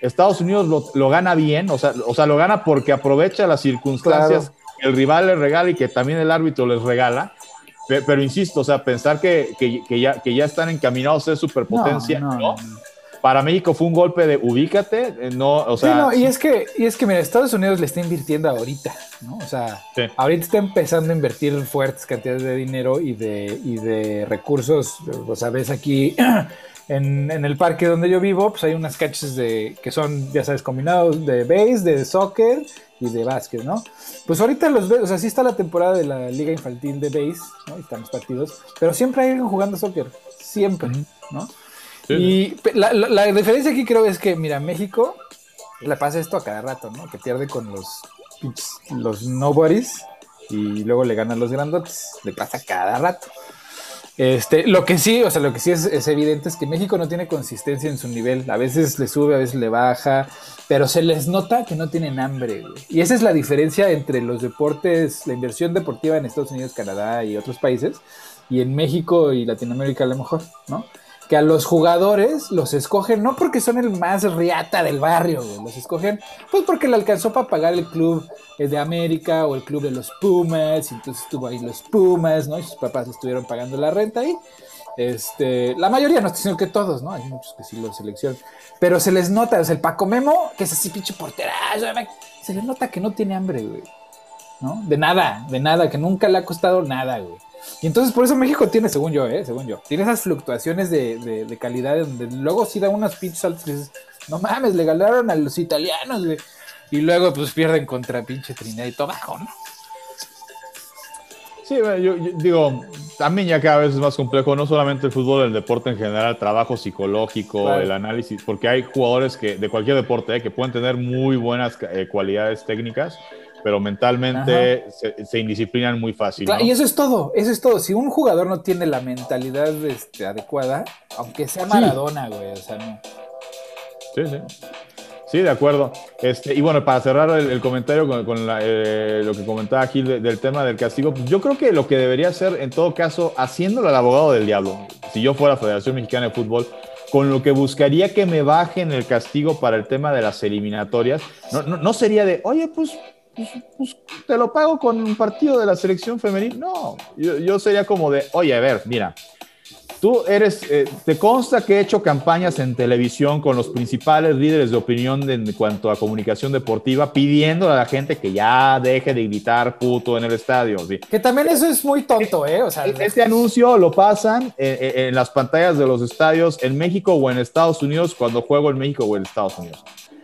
Speaker 3: Estados Unidos lo gana bien, o sea, lo gana porque aprovecha las circunstancias que el rival le regala y que también el árbitro les regala. Pero insisto, o sea, pensar que ya están encaminados a ser superpotencia, ¿no? Para México fue un golpe de ubícate, no, o sea...
Speaker 2: Sí, no, y es que, mira, Estados Unidos le está invirtiendo ahorita, ¿no? O sea, ahorita está empezando a invertir fuertes cantidades de dinero y de recursos. O sea, ves aquí en el parque donde yo vivo, pues hay unas canchas que son, ya sabes, combinados de base, de soccer y de básquet, ¿no? Pues ahorita o sea, sí está la temporada de la Liga Infantil de base, ¿no? Y están los partidos, pero siempre hay alguien jugando soccer, siempre, ¿no? Sí. Y la diferencia aquí creo es que, mira, México le pasa esto a cada rato, ¿no? Que pierde con los nobodies y luego le ganan los grandotes. Le pasa cada rato. Lo que sí es evidente es que México no tiene consistencia en su nivel. A veces le sube, a veces le baja, pero se les nota que no tienen hambre, güey. Y esa es la diferencia entre los deportes, la inversión deportiva en Estados Unidos, Canadá y otros países, y en México y Latinoamérica a lo mejor, ¿no? Que a los jugadores los escogen no porque son el más riata del barrio, güey. Los escogen pues porque le alcanzó para pagar el club de América o el club de los Pumas, y entonces estuvo ahí los Pumas, ¿no? Y sus papás le estuvieron pagando la renta ahí. La mayoría, no estoy diciendo que todos, ¿no? Hay muchos que sí lo seleccionan, pero se les nota, o sea, el Paco Memo, que es así pinche porterazo, se les nota que no tiene hambre, güey, ¿no? De nada, que nunca le ha costado nada, güey. Y entonces por eso México tiene, según yo, tiene esas fluctuaciones de calidad donde luego sí da unas pinches saltos y dices, no mames, le ganaron a los italianos, güey. Y luego pues pierden contra pinche Trinidad y Tobago, ¿no?
Speaker 3: Sí, yo digo, también ya cada vez es más complejo, no solamente el fútbol, el deporte en general, el trabajo psicológico, claro, el análisis, porque hay jugadores de cualquier deporte que pueden tener muy buenas cualidades técnicas, pero mentalmente se indisciplinan muy fácil,
Speaker 2: claro,
Speaker 3: ¿no?
Speaker 2: Y eso es todo. Si un jugador no tiene la mentalidad adecuada, aunque sea Maradona, güey, o sea, no.
Speaker 3: Sí, de acuerdo. Y bueno, para cerrar el comentario con lo que comentaba Gil del tema del castigo, pues yo creo que lo que debería hacer, en todo caso, haciéndolo al abogado del diablo, si yo fuera Federación Mexicana de Fútbol, con lo que buscaría que me bajen el castigo para el tema de las eliminatorias, no sería de, oye, pues te lo pago con un partido de la selección femenil. No, yo sería como de, oye, a ver, mira, tú te consta que he hecho campañas en televisión con los principales líderes de opinión en cuanto a comunicación deportiva, pidiendo a la gente que ya deje de gritar puto en el estadio, ¿sí?
Speaker 2: Que también eso es muy tonto, ¿eh? O sea,
Speaker 3: este anuncio lo pasan en las pantallas de los estadios en México o en Estados Unidos cuando juego en México o en Estados Unidos.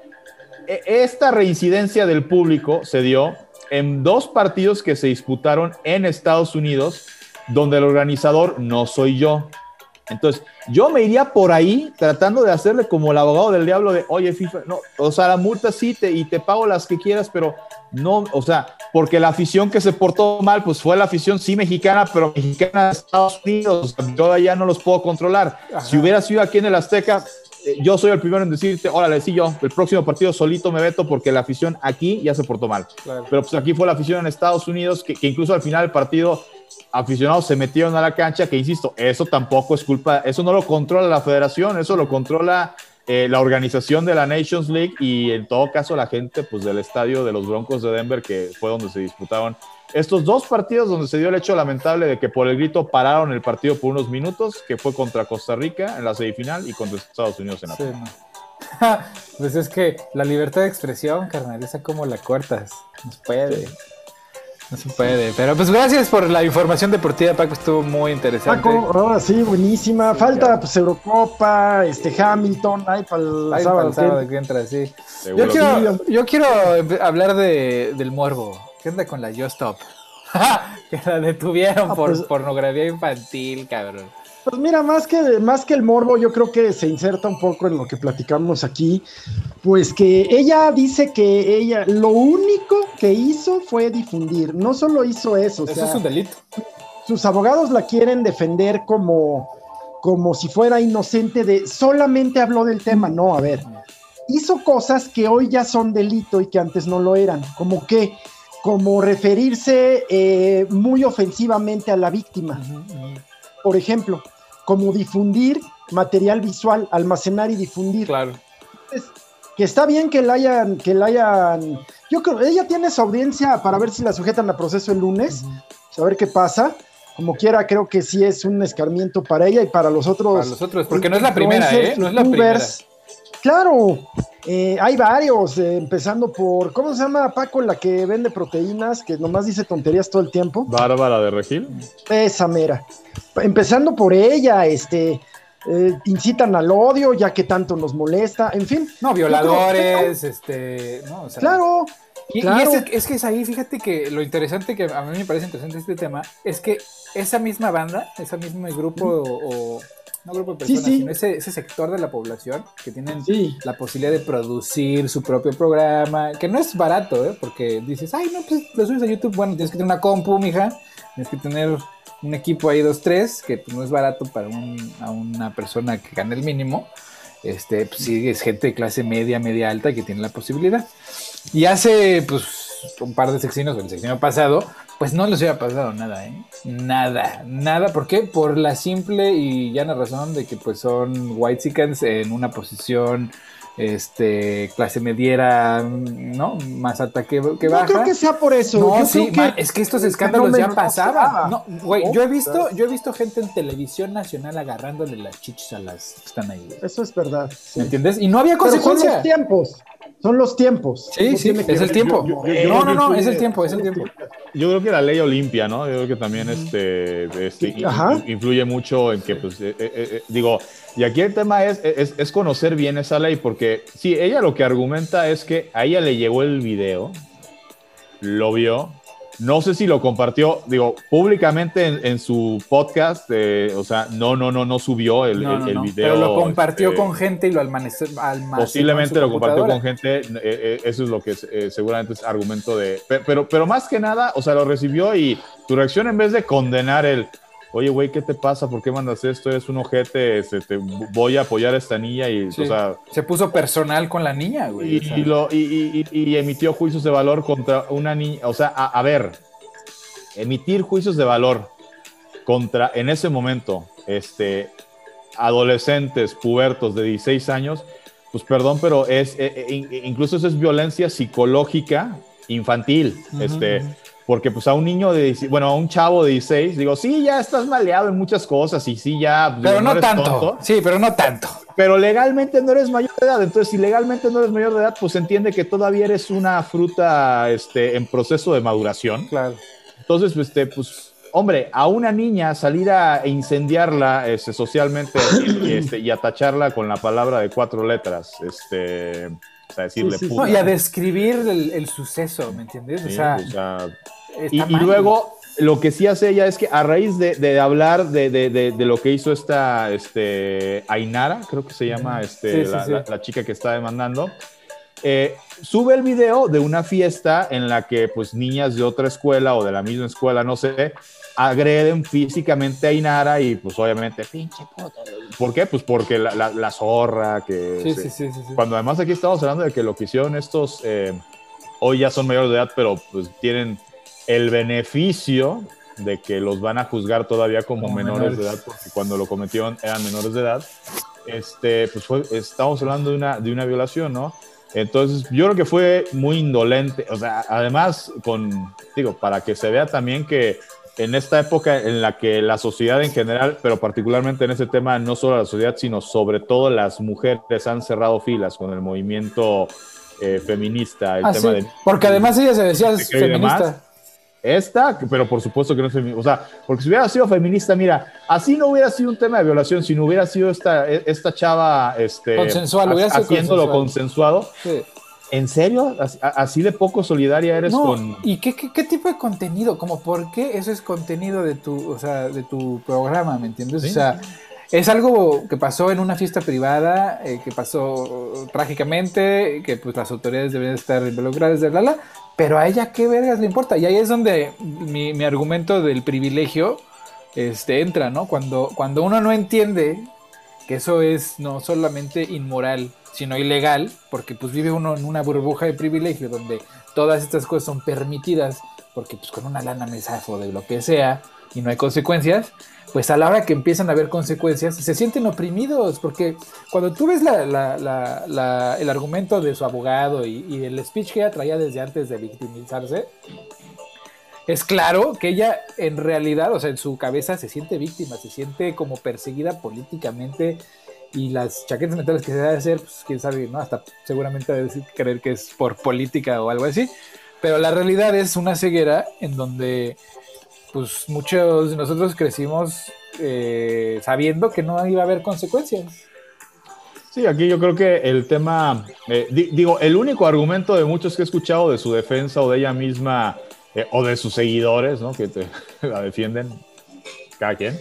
Speaker 3: Esta reincidencia del público se dio en 2 partidos que se disputaron en Estados Unidos, donde el organizador no soy yo. Entonces, yo me iría por ahí tratando de hacerle como el abogado del diablo de, oye, FIFA, no, o sea, la multa sí y te pago las que quieras, pero no, o sea, porque la afición que se portó mal, pues fue la afición sí mexicana, pero mexicana de Estados Unidos, o sea, yo allá no los puedo controlar. Ajá. Si hubiera sido aquí en el Azteca, yo soy el primero en decirte, órale, sí, yo, el próximo partido solito me veto porque la afición aquí ya se portó mal. Claro. Pero pues aquí fue la afición en Estados Unidos, que incluso al final del partido aficionados se metieron a la cancha, que insisto, eso tampoco es culpa, eso no lo controla la federación, eso lo controla la organización de la Nations League y en todo caso la gente pues del estadio de los Broncos de Denver, que fue donde se disputaban estos 2 partidos, donde se dio el hecho lamentable de que por el grito pararon el partido por unos minutos, que fue contra Costa Rica en la semifinal y contra Estados Unidos en la final.
Speaker 2: Sí, no. Pues es que la libertad de expresión, carnal, esa como la cortas, no se puede. Sí. No se puede, pero pues gracias por la información deportiva, Paco, estuvo muy interesante.
Speaker 1: Paco, sí, buenísima. Falta pues Eurocopa, Hamilton, ahí para el
Speaker 2: sábado que entra, sí. Yo quiero hablar del morbo. ¿Qué onda con la Just Stop? Que la detuvieron por pornografía infantil, cabrón.
Speaker 1: Pues mira, más que el morbo, yo creo que se inserta un poco en lo que platicamos aquí, pues que ella dice que ella lo único que hizo fue difundir, no solo hizo eso.
Speaker 2: Eso es un delito.
Speaker 1: Sus abogados la quieren defender como si fuera inocente de solamente habló del tema. No, a ver, hizo cosas que hoy ya son delito y que antes no lo eran, como referirse muy ofensivamente a la víctima. Por ejemplo, como difundir material visual, almacenar y difundir.
Speaker 2: Claro.
Speaker 1: Entonces, que está bien que la hayan, yo creo, ella tiene su audiencia para ver si la sujetan a proceso el lunes, saber qué pasa. Como quiera, creo que sí es un escarmiento para ella y para los otros.
Speaker 2: Para los otros, porque no es la primera, no es la primera.
Speaker 1: Claro, hay varios, empezando por, ¿cómo se llama, Paco, la que vende proteínas, que nomás dice tonterías todo el tiempo?
Speaker 3: Bárbara de Regil.
Speaker 1: Esa mera. Empezando por ella, incitan al odio, ya que tanto nos molesta, en fin.
Speaker 2: No, violadores, no, o sea, claro. Y es que es ahí, fíjate que lo interesante, que a mí me parece interesante este tema, es que esa misma banda, ese mismo grupo no grupo de personas, sino ese sector de la población que tienen la posibilidad de producir su propio programa, que no es barato, porque dices, ay, no, pues lo subes a YouTube, bueno, tienes que tener una compu, mija, tienes que tener un equipo ahí 2, 3, que pues, no es barato para una persona que gana el mínimo. Pues sí, es gente de clase media, media alta que tiene la posibilidad. Y hace, pues, un par de sexenios, o el sexenio pasado, pues no les hubiera pasado nada, Nada. ¿Por qué? Por la simple y llana razón de que, pues, son whitexicans en una posición, clase mediera, ¿no? Más alta que baja.
Speaker 1: No creo que sea por eso.
Speaker 2: No, sí, es que estos escándalos ya pasaban. No, güey, yo he visto gente en televisión nacional agarrándole las chichis a las que están ahí.
Speaker 1: Eso es verdad. Sí.
Speaker 2: ¿Me entiendes? Y no había consecuencia.
Speaker 1: Son los tiempos.
Speaker 2: Sí, es el tiempo. No, es el tiempo.
Speaker 3: Yo creo que la ley Olimpia, ¿no? Yo creo que también influye mucho en que, pues, digo, y aquí el tema es conocer bien esa ley, porque sí, ella lo que argumenta es que a ella le llegó el video, lo vio, no sé si lo compartió, digo, públicamente en su podcast, o sea, no subió el video.
Speaker 2: Pero lo compartió con gente y lo almacenó.
Speaker 3: Posiblemente lo compartió con gente, eso es lo que seguramente es argumento de... Pero más que nada, o sea, lo recibió y tu reacción en vez de condenar oye, güey, ¿qué te pasa? ¿Por qué mandas esto? Eres un ojete, voy a apoyar a esta niña y,
Speaker 2: sí.
Speaker 3: O sea...
Speaker 2: Se puso personal con la niña, güey.
Speaker 3: Y emitió juicios de valor contra una niña. O sea, a ver, emitir juicios de valor contra, en ese momento, adolescentes, pubertos de 16 años, pues perdón, pero incluso eso es violencia psicológica infantil, porque pues a un niño a un chavo de 16, digo, sí, ya estás maleado en muchas cosas y sí, ya...
Speaker 2: Pero
Speaker 3: digo,
Speaker 2: no tanto, tonto, sí, pero no tanto.
Speaker 3: Pero legalmente no eres mayor de edad, entonces si legalmente no eres mayor de edad, pues se entiende que todavía eres una fruta en proceso de maduración.
Speaker 2: Claro.
Speaker 3: Entonces, pues, hombre, a una niña salir a incendiarla socialmente y a tacharla con la palabra de 4 letras, o sea, decirle puta.
Speaker 2: No, y a describir el suceso, ¿me entiendes?
Speaker 3: Sí,
Speaker 2: o sea
Speaker 3: y luego lo que sí hace ella es que a raíz de hablar de lo que hizo esta Ainara, creo que se llama la chica que está demandando, sube el video de una fiesta en la que pues niñas de otra escuela o de la misma escuela, no sé, agreden físicamente a Ainara y pues obviamente pinche puta. ¿Por qué? Pues porque la zorra que...
Speaker 2: Sí.
Speaker 3: Cuando además aquí estamos hablando de que lo que hicieron estos hoy ya son mayores de edad, pero pues tienen el beneficio de que los van a juzgar todavía como menores de edad, porque cuando lo cometieron eran menores de edad, pues estamos hablando de una violación, ¿no? Entonces yo creo que fue muy indolente, o sea, además para que se vea también que en esta época en la que la sociedad en general, pero particularmente en ese tema, no solo la sociedad, sino sobre todo las mujeres han cerrado filas con el movimiento feminista, el tema de...
Speaker 2: Porque además ella se decía feminista.
Speaker 3: Pero por supuesto que no es feminista. O sea, porque si hubiera sido feminista, mira, así no hubiera sido un tema de violación, si no hubiera sido esta chava
Speaker 2: consensual,
Speaker 3: haciéndolo consensuado. Sí. ¿En serio? ¿Así de poco solidaria eres con...?
Speaker 2: ¿Y qué tipo de contenido? Como por qué eso es contenido de tu programa, ¿me entiendes? Sí. O sea, es algo que pasó en una fiesta privada, que pasó trágicamente, que pues las autoridades deben estar involucradas, pero a ella qué vergas le importa. Y ahí es donde mi argumento del privilegio entra, ¿no? Cuando uno no entiende que eso es no solamente inmoral, sino ilegal, porque pues vive uno en una burbuja de privilegio donde todas estas cosas son permitidas, porque pues con una lana me zafo de lo que sea y no hay consecuencias, pues a la hora que empiezan a haber consecuencias, se sienten oprimidos, porque cuando tú ves el argumento de su abogado y el speech que ella traía desde antes de victimizarse, es claro que ella en realidad, o sea, en su cabeza se siente víctima, se siente como perseguida políticamente, y las chaquetas mentales que se debe hacer, pues quién sabe, ¿no? Hasta seguramente debe creer que es por política o algo así, pero la realidad es una ceguera en donde pues muchos de nosotros crecimos sabiendo que no iba a haber consecuencias.
Speaker 3: Sí, aquí yo creo que el tema, digo, el único argumento de muchos que he escuchado de su defensa o de ella misma o de sus seguidores, ¿no? Que la defienden, cada quien.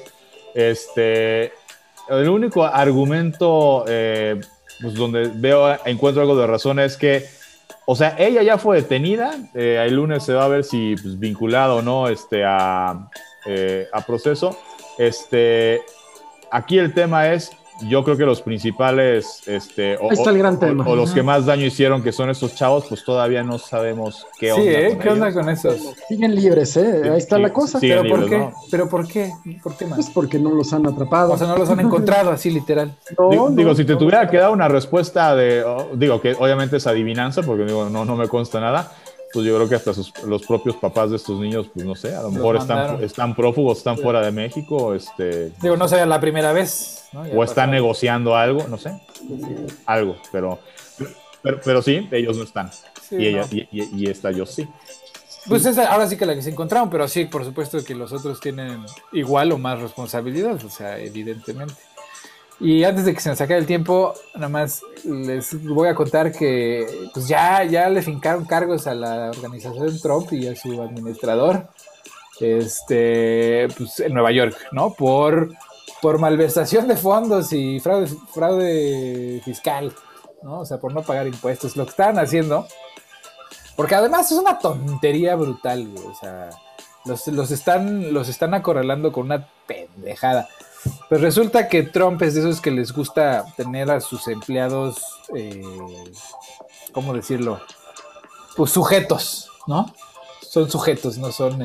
Speaker 3: El único argumento, pues donde encuentro algo de razón es que, o sea, ella ya fue detenida, el lunes se va a ver si pues, vinculada o no a proceso. Aquí el tema es, yo creo que los principales,
Speaker 1: ahí está el gran tema.
Speaker 3: O los que más daño hicieron, que son estos chavos, pues todavía no sabemos qué onda.
Speaker 2: Sí, ¿qué onda con esos?
Speaker 1: Siguen libres, ahí está la cosa.
Speaker 2: ¿Pero
Speaker 3: libres,
Speaker 2: por qué?
Speaker 3: ¿no?
Speaker 2: ¿Pero por qué? ¿Por qué más?
Speaker 1: Pues porque no los han atrapado.
Speaker 2: O sea, no los han encontrado así literal.
Speaker 3: Digo, si te tuviera que dar una respuesta digo, que obviamente es adivinanza, porque digo, no me consta nada, pues yo creo que hasta los propios papás de estos niños, pues no sé, a lo mejor están prófugos, están fuera de México,
Speaker 2: Digo, no sea la primera vez, ¿no?
Speaker 3: O están negociando algo, no sé, algo, pero sí, ellos no están,
Speaker 2: sí,
Speaker 3: y ella,
Speaker 2: no.
Speaker 3: y esta yo sí.
Speaker 2: Pues esa, ahora sí que la que se encontraron, pero sí, por supuesto que los otros tienen igual o más responsabilidad, o sea, evidentemente. Y antes de que se nos acabe el tiempo, nada más les voy a contar que pues ya le fincaron cargos a la organización Trump y a su administrador, pues en Nueva York, ¿no? Por malversación de fondos y fraude fiscal, ¿no? O sea, por no pagar impuestos, lo que estaban haciendo. Porque además es una tontería brutal, güey. O sea, los están acorralando con una pendejada. Pues resulta que Trump es de esos que les gusta tener a sus empleados, ¿cómo decirlo? Pues sujetos, ¿no? Son sujetos, no son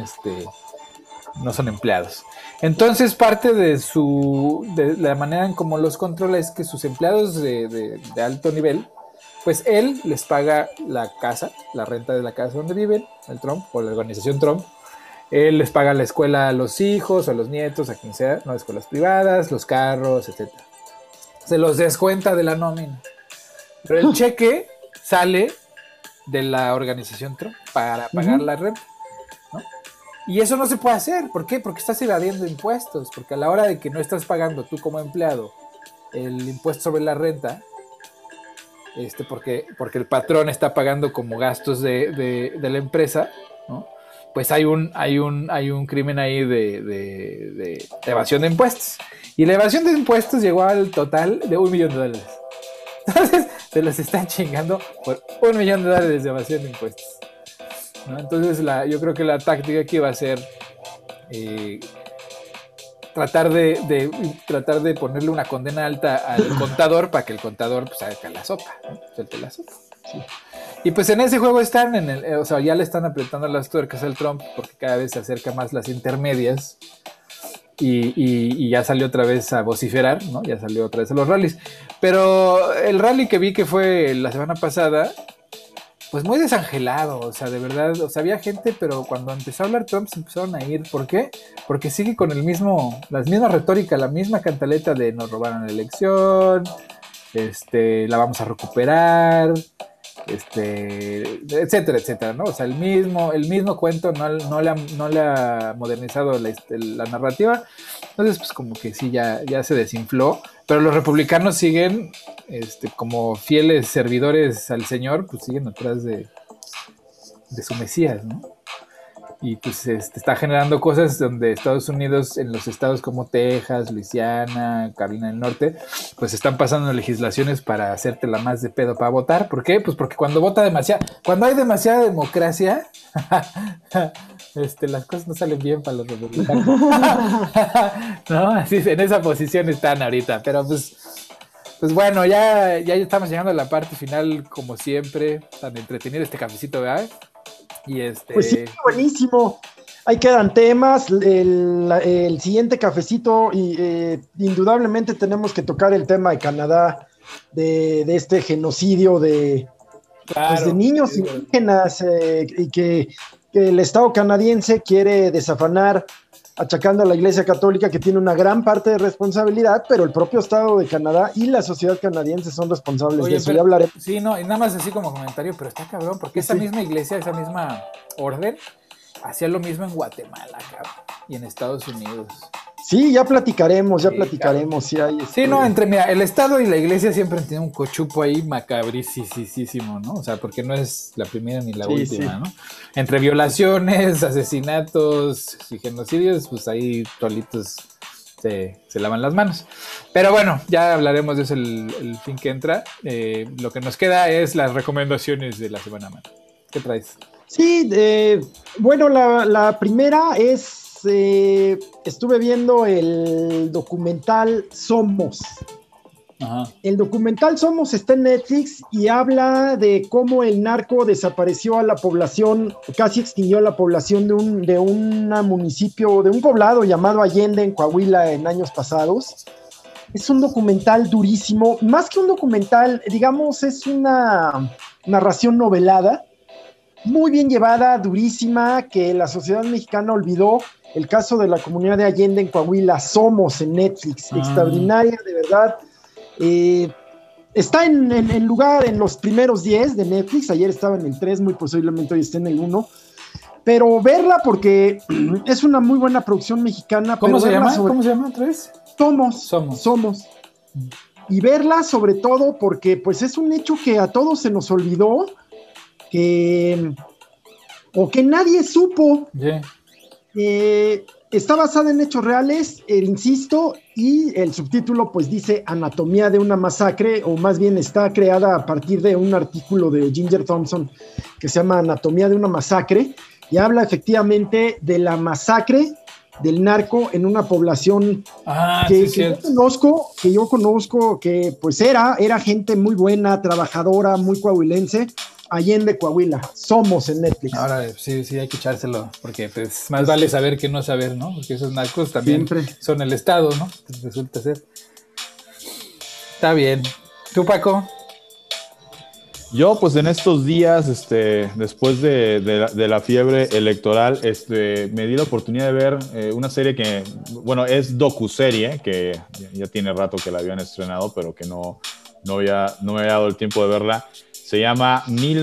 Speaker 2: empleados. Entonces parte de la manera en cómo los controla es que sus empleados de alto nivel, pues él les paga la casa, la renta de la casa donde viven, el Trump, o la organización Trump. Él les paga la escuela a los hijos, a los nietos, a quien sea, no, escuelas privadas, los carros, etc. Se los descuenta de la nómina. Pero el cheque sale de la organización Trump para pagar la renta, ¿no? Y eso no se puede hacer. ¿Por qué? Porque estás evadiendo impuestos. Porque a la hora de que no estás pagando tú como empleado el impuesto sobre la renta, porque el patrón está pagando como gastos de la empresa, ¿no? Pues hay un crimen ahí de evasión de impuestos. Y la evasión de impuestos llegó al total de $1 millón. Entonces, se los están chingando por $1 millón de evasión de impuestos, ¿no? Entonces, yo creo que la táctica aquí va a ser tratar de ponerle una condena alta al contador para que el contador pues saque la sopa, ¿no? Suelte la sopa. Sí. Y pues en ese juego están, o sea, ya le están apretando las tuercas al Trump porque cada vez se acerca más las intermedias y ya salió otra vez a vociferar, ¿no? Ya salió otra vez a los rallies. Pero el rally que vi que fue la semana pasada, pues muy desangelado, o sea, de verdad, o sea, había gente, pero cuando empezó a hablar Trump se empezaron a ir. ¿Por qué? Porque sigue con la misma retórica, la misma cantaleta de nos robaron la elección, la vamos a recuperar, etcétera, etcétera, ¿no? O sea, el mismo cuento, no le ha modernizado la narrativa. Entonces, pues como que sí, ya se desinfló, pero los republicanos siguen, como fieles servidores al Señor, pues siguen atrás de su Mesías, ¿no? Y pues está generando cosas donde Estados Unidos, en los estados como Texas, Luisiana, Carolina del Norte, pues están pasando legislaciones para hacértela más de pedo para votar. ¿Por qué? Pues porque cuando hay demasiada democracia, las cosas no salen bien para los republicanos. ¿No? Así, en esa posición están ahorita, pero pues bueno, ya estamos llegando a la parte final, como siempre, tan entretenido este cafecito, ¿verdad? Y
Speaker 1: Pues sí, buenísimo. Ahí quedan temas, el siguiente cafecito, y indudablemente tenemos que tocar el tema de Canadá, de este genocidio de,
Speaker 2: Claro,
Speaker 1: pues, de niños indígenas, y que el Estado canadiense quiere desafanar, achacando a la Iglesia Católica, que tiene una gran parte de responsabilidad, pero el propio Estado de Canadá y la sociedad canadiense son responsables de eso. Ya hablaré.
Speaker 2: Sí, no, y nada más así como comentario, pero está cabrón, porque esa misma iglesia, esa misma orden, hacía lo mismo en Guatemala, cabrón, y en Estados Unidos.
Speaker 1: Sí, ya platicaremos. Sí, hay,
Speaker 2: sí, no, mira, el Estado y la Iglesia siempre han tenido un cochupo ahí macabricísimo, ¿no? O sea, porque no es la primera ni la última, ¿no? Entre violaciones, asesinatos y genocidios, pues ahí tolitos se lavan las manos. Pero bueno, ya hablaremos de eso el fin que entra. Lo que nos queda es las recomendaciones de la semana, man. ¿Qué traes?
Speaker 1: Sí, bueno, la primera es... estuve viendo el documental Somos.
Speaker 2: Ajá.
Speaker 1: El documental Somos está en Netflix y habla de cómo el narco desapareció a la población, casi extinguió a la población de un municipio, de un poblado llamado Allende, en Coahuila, en años pasados. Es un documental durísimo, más que un documental, digamos, es una narración novelada, muy bien llevada, durísima, que la sociedad mexicana olvidó. El caso de la comunidad de Allende en Coahuila, Somos, en Netflix, extraordinaria, de verdad. Está en los primeros 10 de Netflix, ayer estaba en el 3, muy posiblemente hoy esté en el 1, pero verla porque es una muy buena producción mexicana.
Speaker 2: ¿Cómo se llama?
Speaker 1: ¿Cómo se llama otra vez? Somos. Y verla sobre todo porque pues es un hecho que a todos se nos olvidó, o que nadie supo.
Speaker 2: Yeah.
Speaker 1: Está basada en hechos reales, insisto, y el subtítulo pues dice Anatomía de una masacre, o más bien está creada a partir de un artículo de Ginger Thompson que se llama Anatomía de una masacre, y habla efectivamente de la masacre del narco en una población que yo conozco, que pues era gente muy buena, trabajadora, muy coahuilense. Allende, Coahuila. Somos en Netflix.
Speaker 2: Ahora sí, hay que echárselo, porque pues más vale saber que no saber, ¿no? Porque esos narcos también son el Estado, ¿no? Resulta ser. Está bien. ¿Tú, Paco?
Speaker 3: Yo, pues en estos días, después de la fiebre electoral, me di la oportunidad de ver una serie que, bueno, es docuserie, que ya tiene rato que la habían estrenado, pero que no me había dado el tiempo de verla. Se llama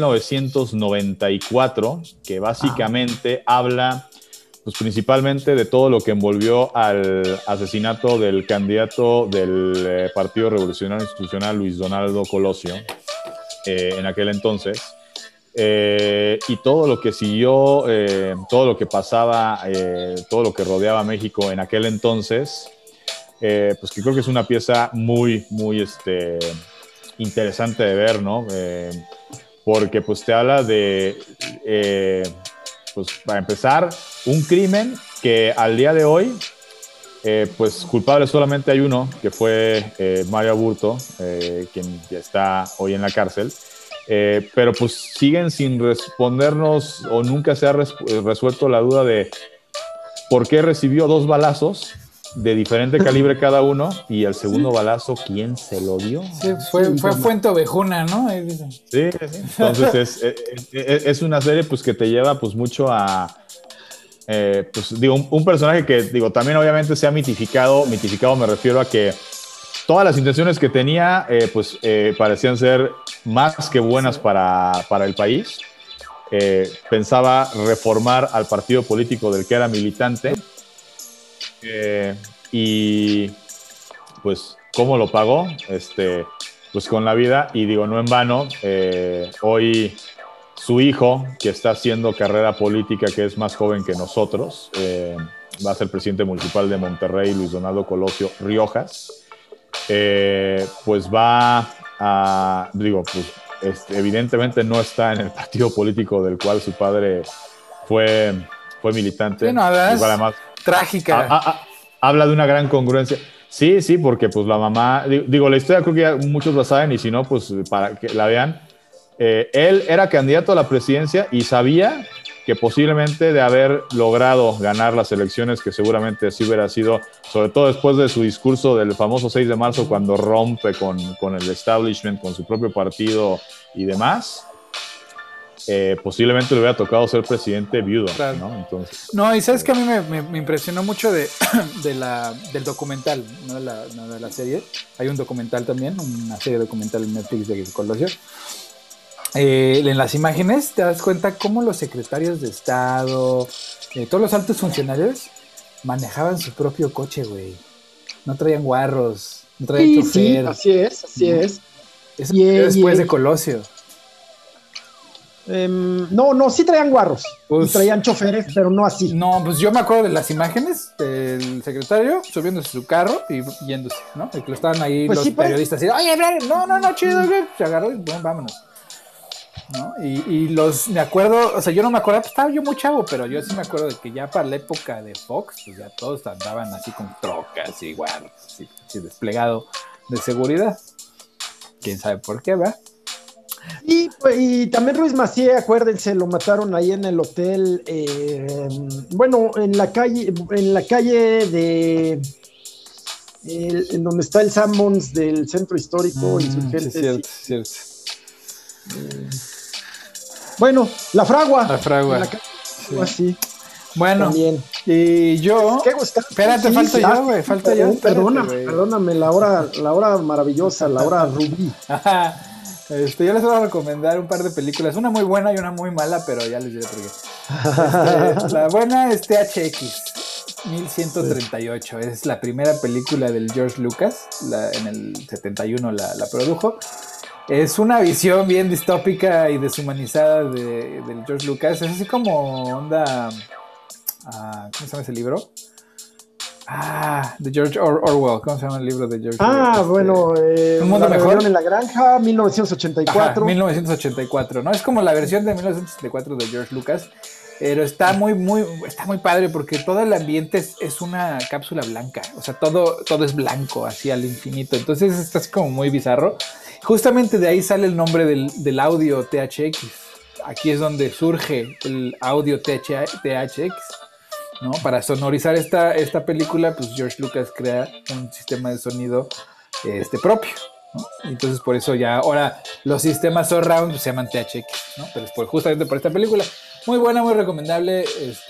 Speaker 3: 1994, que básicamente habla, pues principalmente de todo lo que envolvió al asesinato del candidato del Partido Revolucionario Institucional, Luis Donaldo Colosio, en aquel entonces, y todo lo que siguió, todo lo que pasaba, todo lo que rodeaba a México en aquel entonces, pues que creo que es una pieza muy, muy interesante de ver, ¿no? Porque pues te habla de, pues para empezar, un crimen que al día de hoy, pues culpable solamente hay uno, que fue Mario Aburto, quien ya está hoy en la cárcel, pero pues siguen sin respondernos, o nunca se ha resuelto la duda de por qué recibió 2 balazos de diferente calibre cada uno, y el segundo balazo, ¿quién se lo dio?
Speaker 2: Sí, fue Fuente Ovejuna, ¿no?
Speaker 3: Sí. Entonces es una serie pues que te lleva pues mucho a pues digo, un personaje que digo también obviamente se ha mitificado me refiero a que todas las intenciones que tenía pues parecían ser más que buenas para el país. Pensaba reformar al partido político del que era militante. Y pues ¿cómo lo pagó? Pues con la vida, y digo, no en vano, hoy su hijo, que está haciendo carrera política, que es más joven que nosotros, va a ser presidente municipal de Monterrey, Luis Donaldo Colosio Riojas, pues va a, digo, pues evidentemente no está en el partido político del cual su padre fue militante.
Speaker 2: Sí, no,
Speaker 3: además,
Speaker 2: trágica.
Speaker 3: Habla de una gran congruencia. Sí, porque pues la mamá, digo, la historia creo que ya muchos la saben, y si no, pues para que la vean. Él era candidato a la presidencia y sabía que posiblemente de haber logrado ganar las elecciones, que seguramente así hubiera sido, sobre todo después de su discurso del famoso 6 de marzo, cuando rompe con el establishment, con su propio partido y demás, posiblemente le hubiera tocado ser presidente viudo,
Speaker 2: claro.
Speaker 3: ¿no? Entonces,
Speaker 2: no, y sabes que a mí me impresionó mucho del documental, no de la serie. Hay un documental también, una serie documental en Netflix de Colosio. En las imágenes te das cuenta cómo los secretarios de Estado, todos los altos funcionarios manejaban su propio coche, güey. No traían guarros, no traían chofer.
Speaker 1: Sí, así es.
Speaker 2: Eso después de Colosio.
Speaker 1: No, sí traían guarros. Pues, y traían choferes, pero no así.
Speaker 2: No, pues yo me acuerdo de las imágenes del secretario subiéndose su carro y yéndose, ¿no? Y que lo estaban ahí pues los periodistas así, oye, no, chido, güey. Se agarró y bueno, vámonos. ¿No? Y me acuerdo, o sea, yo no me acuerdo, pues estaba yo muy chavo, pero yo sí me acuerdo de que ya para la época de Fox, pues ya todos andaban así con trocas y guarros, así desplegado de seguridad. Quién sabe por qué, ¿verdad?
Speaker 1: Y también Ruiz Massieu, acuérdense, lo mataron ahí en el hotel, en la calle de en donde está el Sanborns del centro histórico Insurgentes.
Speaker 2: Sí, cierto.
Speaker 1: Bueno, La Fragua.
Speaker 2: Sí.
Speaker 1: Así.
Speaker 2: Bueno, también. Y yo.
Speaker 1: Qué gustazo.
Speaker 2: Espérate, sí, falta yo, güey. Falta yo.
Speaker 1: Perdóname, la hora maravillosa, la hora rubí.
Speaker 2: Yo les voy a recomendar un par de películas, una muy buena y una muy mala, pero ya les diré por qué. La buena es THX 1138, es la primera película del George Lucas, en el 71 la produjo. Es una visión bien distópica y deshumanizada del George Lucas, es así como onda, ¿cómo se llama ese libro? De George Orwell. ¿Cómo se llama el libro de George Orwell?
Speaker 1: Un mundo mejor en la granja, 1984.
Speaker 2: 1984, ¿no? Es como la versión de 1984 de George Lucas, pero está muy padre porque todo el ambiente es una cápsula blanca, o sea, todo es blanco, así al infinito, entonces está así como muy bizarro. Justamente de ahí sale el nombre del audio THX. Aquí es donde surge el audio THX. ¿No? Para sonorizar esta película, pues George Lucas crea un sistema de sonido propio, ¿no? Entonces por eso ya ahora los sistemas surround pues, se llaman THX, ¿no? Pero es justamente por esta película. Muy buena, muy recomendable.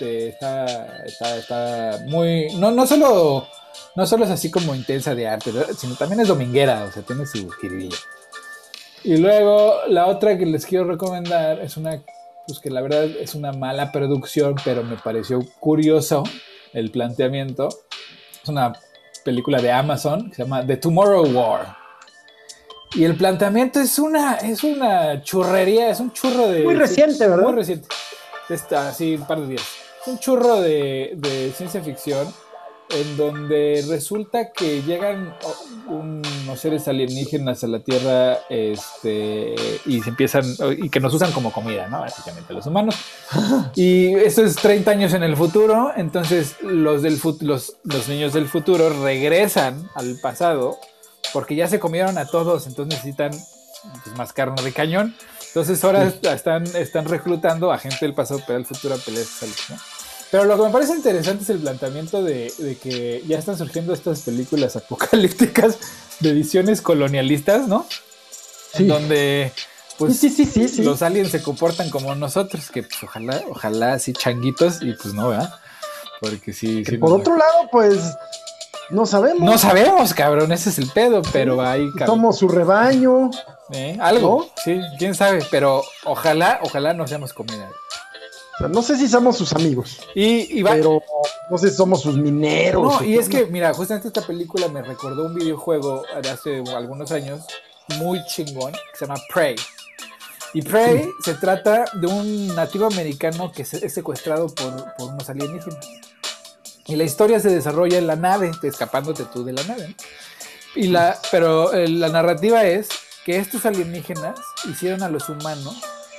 Speaker 2: Está muy. No solo es así como intensa de arte, ¿verdad? Sino también es dominguera, o sea, tiene su jiribilla. Y luego la otra que les quiero recomendar es una. Pues que la verdad es una mala producción, pero me pareció curioso el planteamiento. Es una película de Amazon que se llama The Tomorrow War. Y el planteamiento es una churrería, es un churro de...
Speaker 1: Muy reciente, ¿verdad?
Speaker 2: Muy reciente. Está así un par de días. Es un churro de ciencia ficción en donde resulta que llegan unos seres alienígenas a la Tierra y se empiezan, y que nos usan como comida, ¿no? Básicamente los humanos. Y esto es 30 años en el futuro, entonces los niños del futuro regresan al pasado porque ya se comieron a todos, entonces necesitan pues, más carne de cañón. Entonces ahora están reclutando a gente del pasado para el futuro a pelear, ¿no? Pero lo que me parece interesante es el planteamiento de que ya están surgiendo estas películas apocalípticas de visiones colonialistas, ¿no? Sí. En donde pues sí. Los aliens se comportan como nosotros, que pues ojalá así changuitos, y pues no, ¿verdad? Porque sí.
Speaker 1: Por otro lado, pues no sabemos.
Speaker 2: No sabemos, cabrón, ese es el pedo, pero ahí...
Speaker 1: Somos su rebaño.
Speaker 2: Algo, ¿no? Sí, quién sabe, pero ojalá no seamos comida.
Speaker 1: O sea, no sé si somos sus amigos, pero no sé si somos sus mineros.
Speaker 2: No, y es que, mira, justamente esta película me recordó un videojuego de hace algunos años, muy chingón, que se llama Prey. Y Prey se trata de un nativo americano que es secuestrado por unos alienígenas. Y la historia se desarrolla en la nave, escapándote tú de la nave, ¿no? Pero la narrativa es que estos alienígenas hicieron a los humanos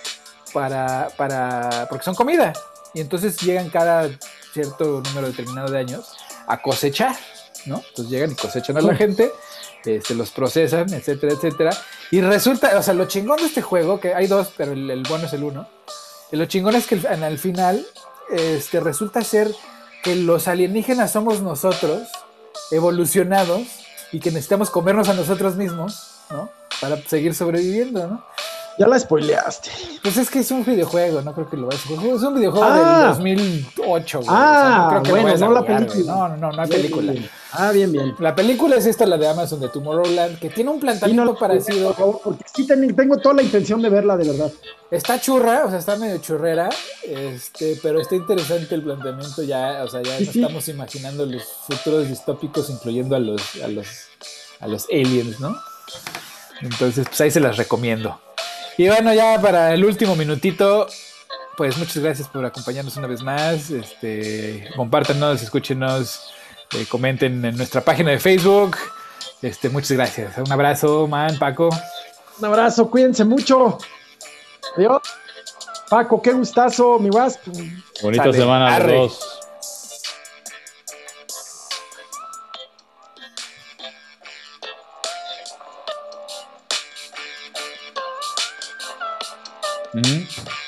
Speaker 2: porque son comida, y entonces llegan cada cierto número determinado de años a cosechar, ¿no? Entonces llegan y cosechan a la gente, los procesan, etcétera, etcétera, y resulta, o sea, lo chingón de este juego, que hay dos, pero el bueno es el uno, Lo chingón es que al final resulta ser que los alienígenas somos nosotros, evolucionados, y que necesitamos comernos a nosotros mismos, ¿no? Para seguir sobreviviendo, ¿no?
Speaker 1: Ya la spoileaste.
Speaker 2: Pues es que es un videojuego, no creo que lo vayas a jugar. Es un videojuego del 2008, güey.
Speaker 1: Ah,
Speaker 2: o sea, no creo que
Speaker 1: bueno,
Speaker 2: lo vayas a
Speaker 1: no la
Speaker 2: jugar,
Speaker 1: película.
Speaker 2: güey. No hay
Speaker 1: Bien,
Speaker 2: película.
Speaker 1: bien. Ah, bien.
Speaker 2: La película es esta, la de Amazon de Tomorrowland, que tiene un planteamiento parecido.
Speaker 1: Por favor, porque sí tengo toda la intención de verla, de verdad.
Speaker 2: Está churra, o sea, está medio churrera, pero está interesante el planteamiento ya, o sea, ya
Speaker 1: Sí.
Speaker 2: estamos imaginando los futuros distópicos, incluyendo a los aliens, ¿no? Entonces, pues ahí se las recomiendo. Y bueno, ya para el último minutito, pues muchas gracias por acompañarnos una vez más. Compártanos, escúchenos, comenten en nuestra página de Facebook. Muchas gracias. Un abrazo, man, Paco.
Speaker 1: Un abrazo, cuídense mucho. Adiós. Paco, qué gustazo, mi Wasp.
Speaker 3: Bonita semana a los dos. Mm-hmm.